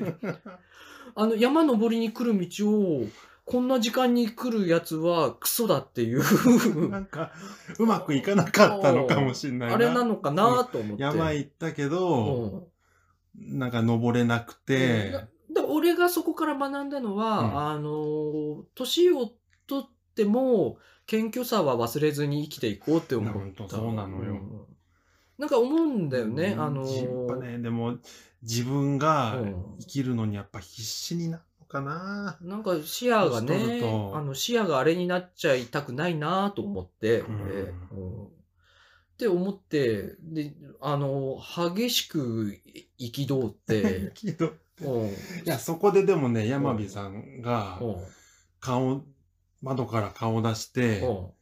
あの山登りに来る道を、こんな時間に来るやつはクソだっていう。 なんか、うまくいかなかったのかもしれないな。 あれなのかなと思って。 山行ったけど、なんか登れなくて。だだ俺がそこから学んだのは、うん、あの、年を取っても、謙虚さは忘れずに生きていこうって思った。 そうなのよ。うん、 なんか思うんだよね。うん、あのー、やっぱね、でも、自分が生きるのにやっぱ必死になるのかな。 なんか視野がね、あの視野があれになっちゃいたくないなと思って、うんうんって思って、で、あの、激しく憤って。 憤って。いや、そこででもね、山火さんが、顔、窓から顔出して、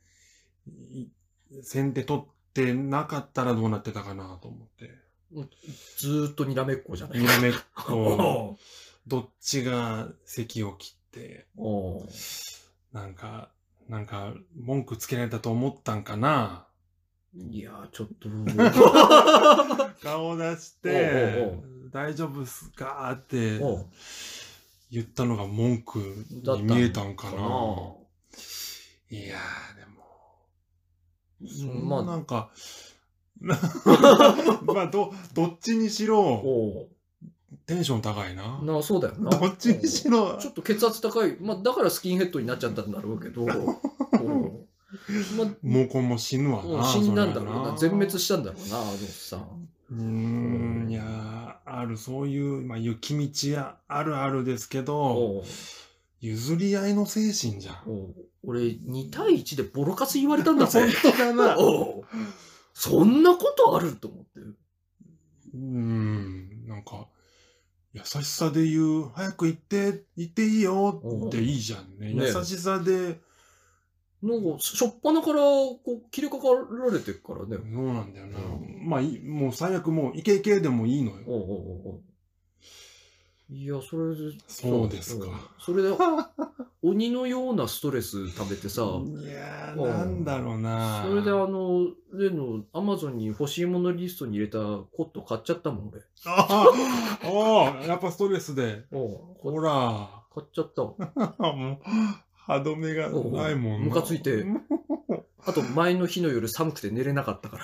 先手取ってなかったらどうなってたかなと思って。 ずーっとにらめっこじゃないにらめっこ。どっちが席を切って、なんか、なんか、文句つけられたと思ったんかな。 いやー、ちょっと。 顔出して、大丈夫っすかって言ったのが文句に見えたんかな。いやー、でも、まあなんか、まあど、どっちにしろ、テンション高いな。 なあ、そうだよな。 どっちにしろ。 ちょっと血圧高い。まあだからスキンヘッドになっちゃったんだろうけど。 ま、毛根も死ぬわな。 死んだんだろうな。全滅したんだろうな、あのさん。 うーん、いや、ある、そういう、まあ、雪道やあるあるですけど、譲り合いの精神じゃん。 俺、に対いちでボロカス言われたんだぜ。 本当だな。 そんなことあると思って。 うーん、なんか、優しさで言う、早く行って、行っていいよっていいじゃんね。優しさで、 なんか、しょっぱなから、こう、切りかかられてるからね。 そうなんだよな。まあ、もう最悪もう、イケイケでもいいのよ。おうおうおういや、それで。 そうですか。 それで、鬼のようなストレス食べてさ。 いやー、なんだろうな。 それで、あの、例の、アマゾンに欲しいものリストに入れたコット買っちゃったもん、俺。 ああ、やっぱストレスで。ほら。 買っちゃった。もう。歯止めがないもんな。 ムカついて。あと、前の日の夜寒くて寝れなかったから。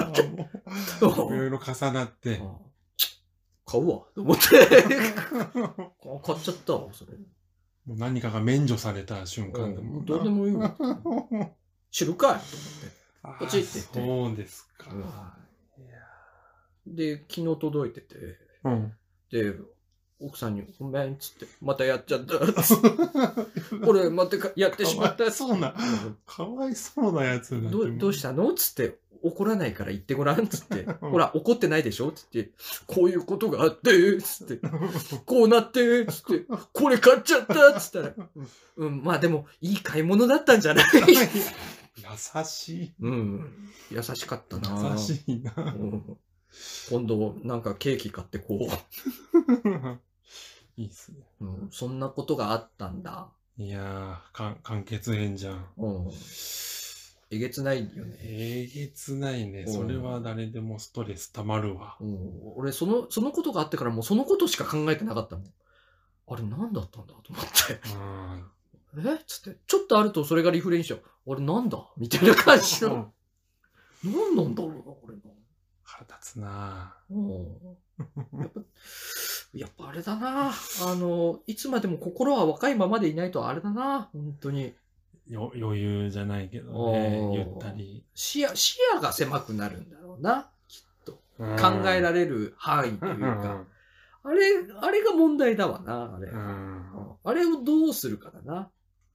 いろいろ重なって。 買うわ。と思って。買っちゃったわ、それ。 もう何かが免除された瞬間でも。どうでもいいわ。知るかいと思って。こっちって言って。 そうですか。 で、昨日届いてて、 うん、 で、奥さんに、ごめんっつって、またやっちゃったっつって。これ、またやってしまったやつ。 そうな、かわいそうなやつだどどうしたのつって、怒らないから言ってごらんつって、ほら、怒ってないでしょつって、こういうことがあって、つって、こうなって、つって、これ買っちゃったつったら、うん、まあでも、いい買い物だったんじゃない優しい。 うん。優しかったな。 優しいな。 うん、今度、なんかケーキ買ってこう。いいっすね、 うん。そんなことがあったんだ。 いやー、か完結編じゃん。 うん。えげつないよね。 えげつないね。それは誰でもストレス溜まるわ。 うん、俺、その、そのことがあってからもうそのことしか考えてなかったもん。あれ何だったんだと思って。えっつって、ちょっとあるとそれがリフレインしちゃう。あれなんだみたいな感じの。何なんだろうな、これな。 腹立つなぁ。やっぱ、やっぱあれだな。あの、いつまでも心は若いままでいないとあれだな。本当に。 よ余裕じゃないけどね。ゆったり。 視野、視野が狭くなるんだろうな。きっと。考えられる範囲というか。あれ、あれが問題だわな、あれ。あれをどうするかだな。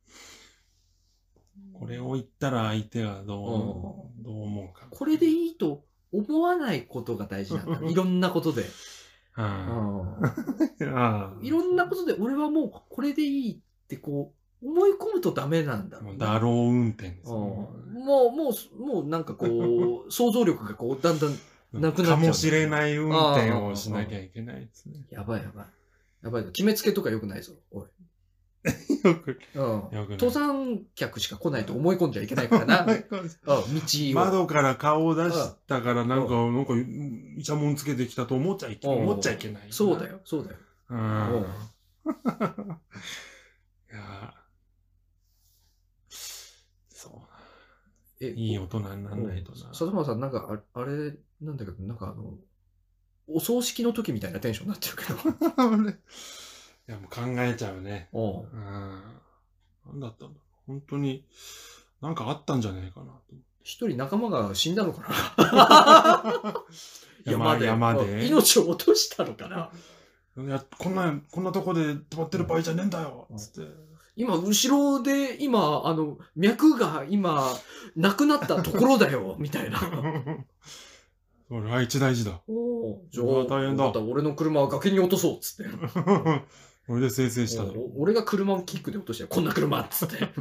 これを言ったら相手はどう、どう思うか。 これでいいと思わないことが大事なんだ。いろんなことで。いろんなことで、俺はもうこれでいいってこう、思い込むとダメなんだろうな。 だろう運転です、ね。 もう、もう、もうなんかこう、想像力がこう、だんだんなくなっちゃう。 かもしれない運転をしなきゃいけないですね。 やばいやばい。やばい。決めつけとか良くないぞ。おい。 よく、 うん、登山客しか来ないと思い込んじゃいけないからな。道を。 窓から顔を出したからなんか、なんか、イチャモンつけてきたと思っちゃいけない。思っちゃいけない。 そうだよ、そうだよ。うん。 いやそう。え、いい大人にならないとな。 里村さん、なんかあ、あれ、なんだけど、なんかあの、お葬式の時みたいなテンションになってるけど。 いや、もう考えちゃうね。うん。なんだったんだろう。本当に、なんかあったんじゃないかなと。 一人仲間が死んだのかな山で。山で。命を落としたのかな。 いや、こんな、こんなとこで止まってる場合じゃねえんだよつって。 今、後ろで、今、あの、脈が今、なくなったところだよ、みたいな。 それは一大事だ。 おお、じゃあ、 大変だ。 俺の車は崖に落とそう、つって。 それで生成したの。 俺が車をキックで落として、こんな車っつって。いや、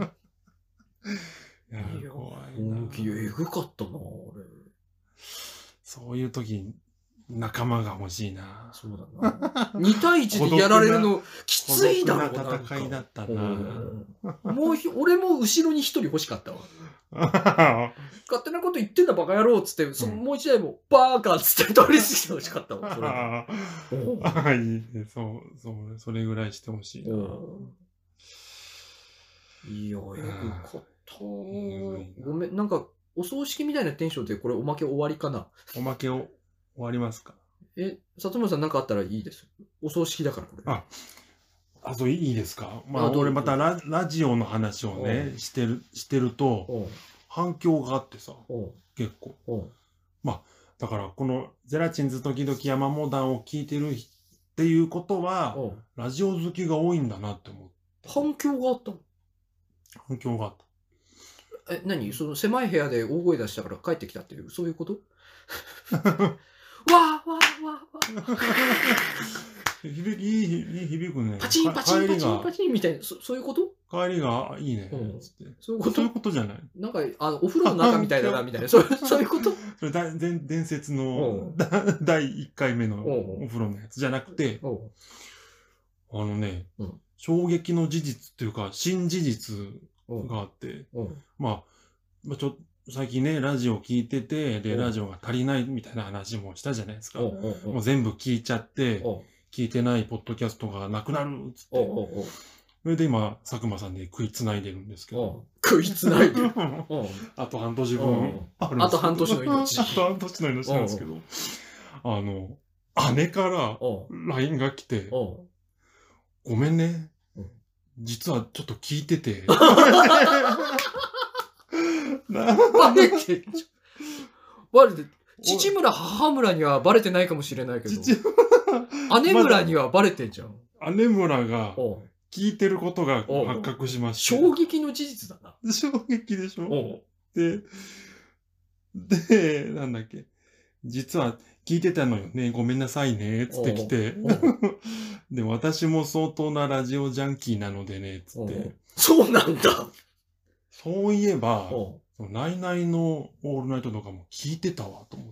怖いな。 えぐかったな、俺。 そういう時、仲間が欲しいな。 そうだな。に対いちでやられるの、きついだろうな。 戦いだったな。 もう、俺も後ろに一人欲しかったわ。勝手なこと言ってんだバカ野郎っつって、そのもう一台もバーカーっつって通り過ぎてほしかったわ。それああ、いいね。そう、そう、それぐらいしてほしいな。いや、えぐかった。ごめん、なんか、お葬式みたいなテンションでこれおまけ終わりかな。 おまけを終わりますか？ え、里村さんなんかあったらいいです。お葬式だからこれ。 あ、あ、そういいですか？まあ、俺またララジオの話をね、してる、してると、反響があってさ、結構。まあ、だからこのゼラチンズ時々山モダンを聞いてるっていうことは、ラジオ好きが多いんだなって思って。 反響があったの？ 反響があった。 え、何その狭い部屋で大声出したから帰ってきたっていう、そういうこと？わーわーわーわー。 響き、いい、いい響くね。 パチンパチンパチンパチンみたいな、そそういうこと？ 帰りがいいね。 そういうこと？ そういうことじゃない？ なんか、あの、お風呂の中みたいだな、みたいな。そうそういうこと？ それだ伝、伝説のだいいっかいめのお風呂のやつじゃなくて、あのね、衝撃の事実っていうか、新事実があって、まあ、まあ、ちょ最近ね、ラジオ聞いてて、で、ラジオが足りないみたいな話もしたじゃないですか。もう全部聞いちゃって、聞いてないポッドキャストがなくなるっつって。それで今、佐久間さんで食いつないでるんですけど。 食いつないでる。 あと半年分あるんです。あと半年の命。 あと半年の命なんですけど。あの、姉から ライン が来て、ごめんね。実はちょっと聞いてて。バレてる。バレてる。 父村母村にはバレてないかもしれないけど、姉村にはバレてんじゃん。 姉村が聞いてることが発覚しました。 衝撃の事実だな。 衝撃でしょ。で、で、なんだっけ。実は聞いてたのよね。ごめんなさいね。つってきて。で、私も相当なラジオジャンキーなのでね。つって。 そうなんだ。 そういえば、ナイナイのオールナイトとかも聞いてたわと思って。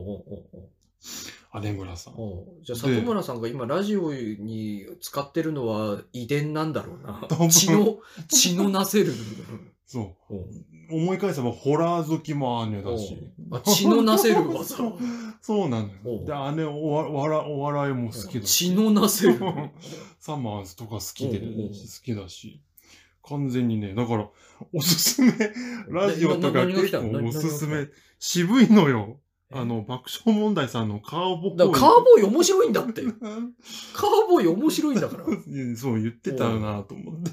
姉村さん。 じゃあ里村さんが今ラジオに使ってるのは遺伝なんだろうな。血の、血のなせる。 そう。思い返せばホラー好きも姉だし。 血のなせる技。 そうなのよ。で、姉お笑お笑いも好きだし。 血のなせる。 サマーズとか好きで、好きだし。完全にね、だから、おすすめ、ラジオとか結構おすすめ、渋いのよ。あの、爆笑問題さんのカーボーイ。 だからカーボーイ面白いんだって。カーボーイ面白いんだから。 そう言ってたなと思って。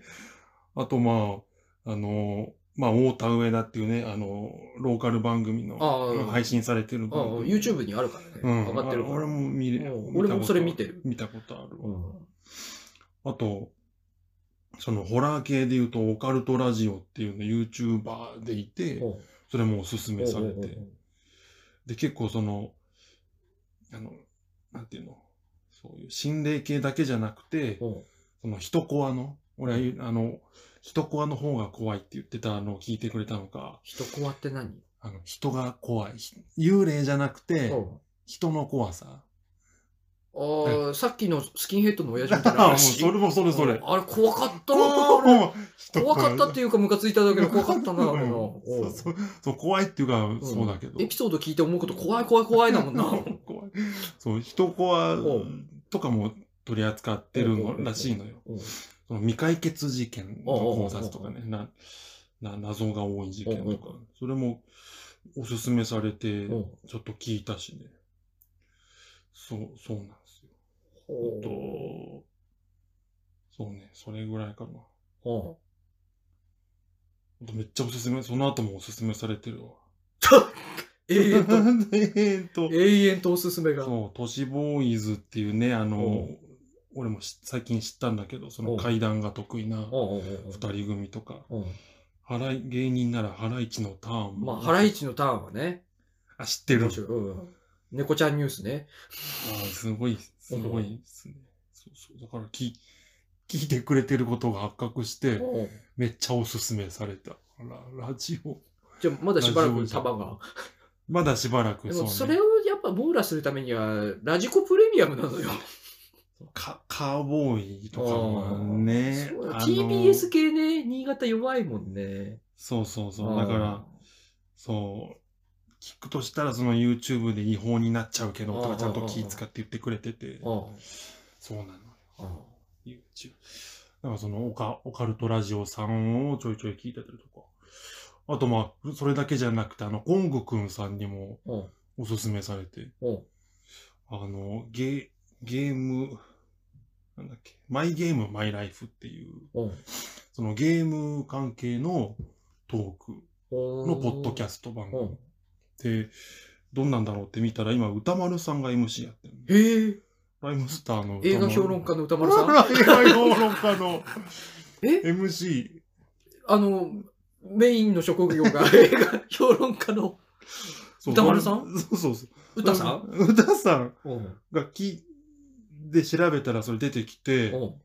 あと、まあ、あの、まあ、太田上田っていうね、あの、ローカル番組の配信されてる番組。 YouTube にあるからね。うん、上がってるから。 俺も見れ、 俺もそれ見てる。 見たことあるわ。あと、そのホラー系で言うと、オカルトラジオっていうの YouTuber でいて、それもおすすめされて。で、結構その、あの、なんていうの、そういう心霊系だけじゃなくて、その人コアの、俺は、あの、人コアの方が怖いって言ってたのを聞いてくれたのか。 人コアって何？ あの、人が怖い。幽霊じゃなくて、人の怖さ。 ああ、さっきのスキンヘッドの親父みたいな話。 それもそれそれ。 あれ怖かったな。怖かったっていうかムカついただけで怖かったな。 そうそうそう、怖いっていうか、そうだけど。 エピソード聞いて思うこと怖い怖い怖いだもんな。 怖い。そう、人コアとかも取り扱ってるのらしいのよ。その未解決事件の考察とかね、な、な、謎が多い事件とか。それもおすすめされて、ちょっと聞いたしね。そう、そうなんですよ。あと、そうね、それぐらいかな。あとめっちゃおすすめ、その後もおすすめされてるわ。 永遠と。 永遠と。 永遠とおすすめが。 そう、都市ボーイズっていうね、あの、俺も最近知ったんだけど、その怪談が得意な二人組とか。払い、芸人ならハライチのターン。 まあ、ハライチのターンはね。 あ、知ってる。 猫ちゃんニュースね。 ああ、すごい、すごいですね。そうそう。だから聞、聞いてくれてることが発覚して、めっちゃおすすめされた。ラ、ラジオ。 じゃあ、まだしばらく束が。 まだしばらく。 でも、それをやっぱ網羅するためには、ラジコプレミアムなのよ。 カカーボーイとかもね。 ティービーエス 系ね、新潟弱いもんね。 そうそうそう。だから、そう。聞くとしたらその YouTube で違法になっちゃうけどとかちゃんと気使って言ってくれてて。そうなのよ。YouTube。だからそのオカ、オカルトラジオさんをちょいちょい聞いてたりとか。あとまあ、それだけじゃなくて、あの、ゴングくんさんにもおすすめされて。あの、ゲ、ゲーム、なんだっけ、マイゲームマイライフっていう、そのゲーム関係のトークのポッドキャスト番組。で、どんなんだろうって見たら、今、歌丸さんが エムシー やってる。 へえ。 ライムスターの映画評論家の歌丸さん。 映画評論家のえエムシー。 あの、メインの職業が映画評論家の歌丸さん。 そうそうそう。 歌さん歌さんがきで調べたらそれ出てきて、こ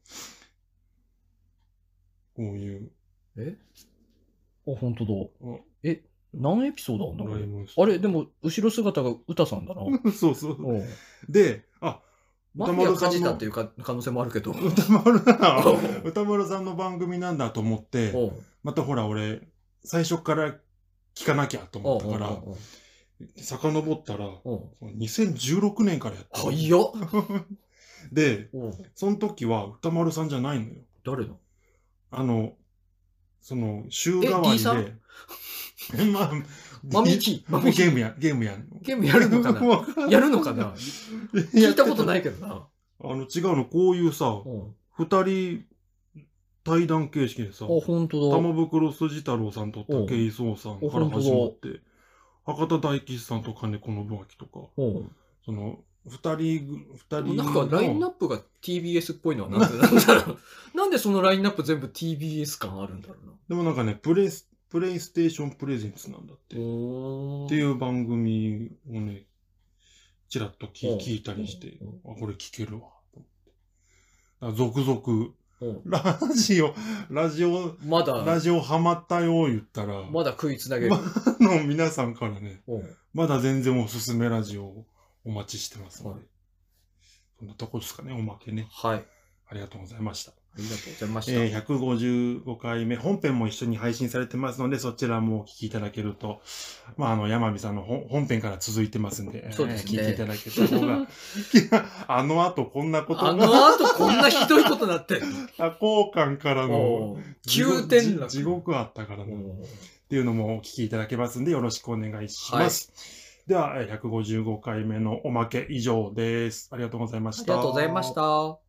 ういう。 えあ、本当だ。え何エピソードあんだろうあれ、でも、後ろ姿が歌さんだな。 そうそう。で、あ、 歌丸さん。マフィアかじたっていうか可能性もあるけど。 歌丸歌丸さんの番組なんだと思って、またほら、俺、最初から聞かなきゃと思ったから、遡ったら、にせんじゅうろくねんからやった。 早っで、その時は歌丸さんじゃないのよ。 誰のあの、その、週替わりで、まあ、 マミキゲームや、ゲームやんの。 ゲームやるのかなやるのかな聞いたことないけどな。 あの、違うの、こういうさ、二人対談形式でさ、 あ、本当だ。 玉袋筋太郎さんと武井壮さんから始まって、 博多大吉さんと金子信明とか、その、二人、二人なんかラインナップが ティービーエス っぽいのはなんでなんだろう。なんでそのラインナップ全部 ティービーエス 感あるんだろうな。 でもなんかね、プレイス、プレイステーションプレゼンツなんだって。っていう番組をね、ちらっと聞聞いたりして、あ、これ聞けるわ。続々、ラジオ、ラジオ、まだ、ラジオハマったよ言ったら、 まだ食いつなげる。ま、 の皆さんからね、まだ全然おすすめラジオをお待ちしてますので、はい、そんなとこですかね、おまけね。 はい。 ありがとうございました。 ありがとうございました。 えー、ひゃくごじゅうごかいめ、本編も一緒に配信されてますので、そちらもお聞きいただけると、まあ、あの、山火さんの本編から続いてますんで、 そうですね、 聞いていただけた方が、あの後こんなことが。 あの後こんなひどいことなってる。 多幸感からの急転落。 地獄あったからの、っていうのもお聞きいただけますんで、よろしくお願いします。はい、では、ひゃくごじゅうごかいめのおまけ以上です。ありがとうございました。 ありがとうございました。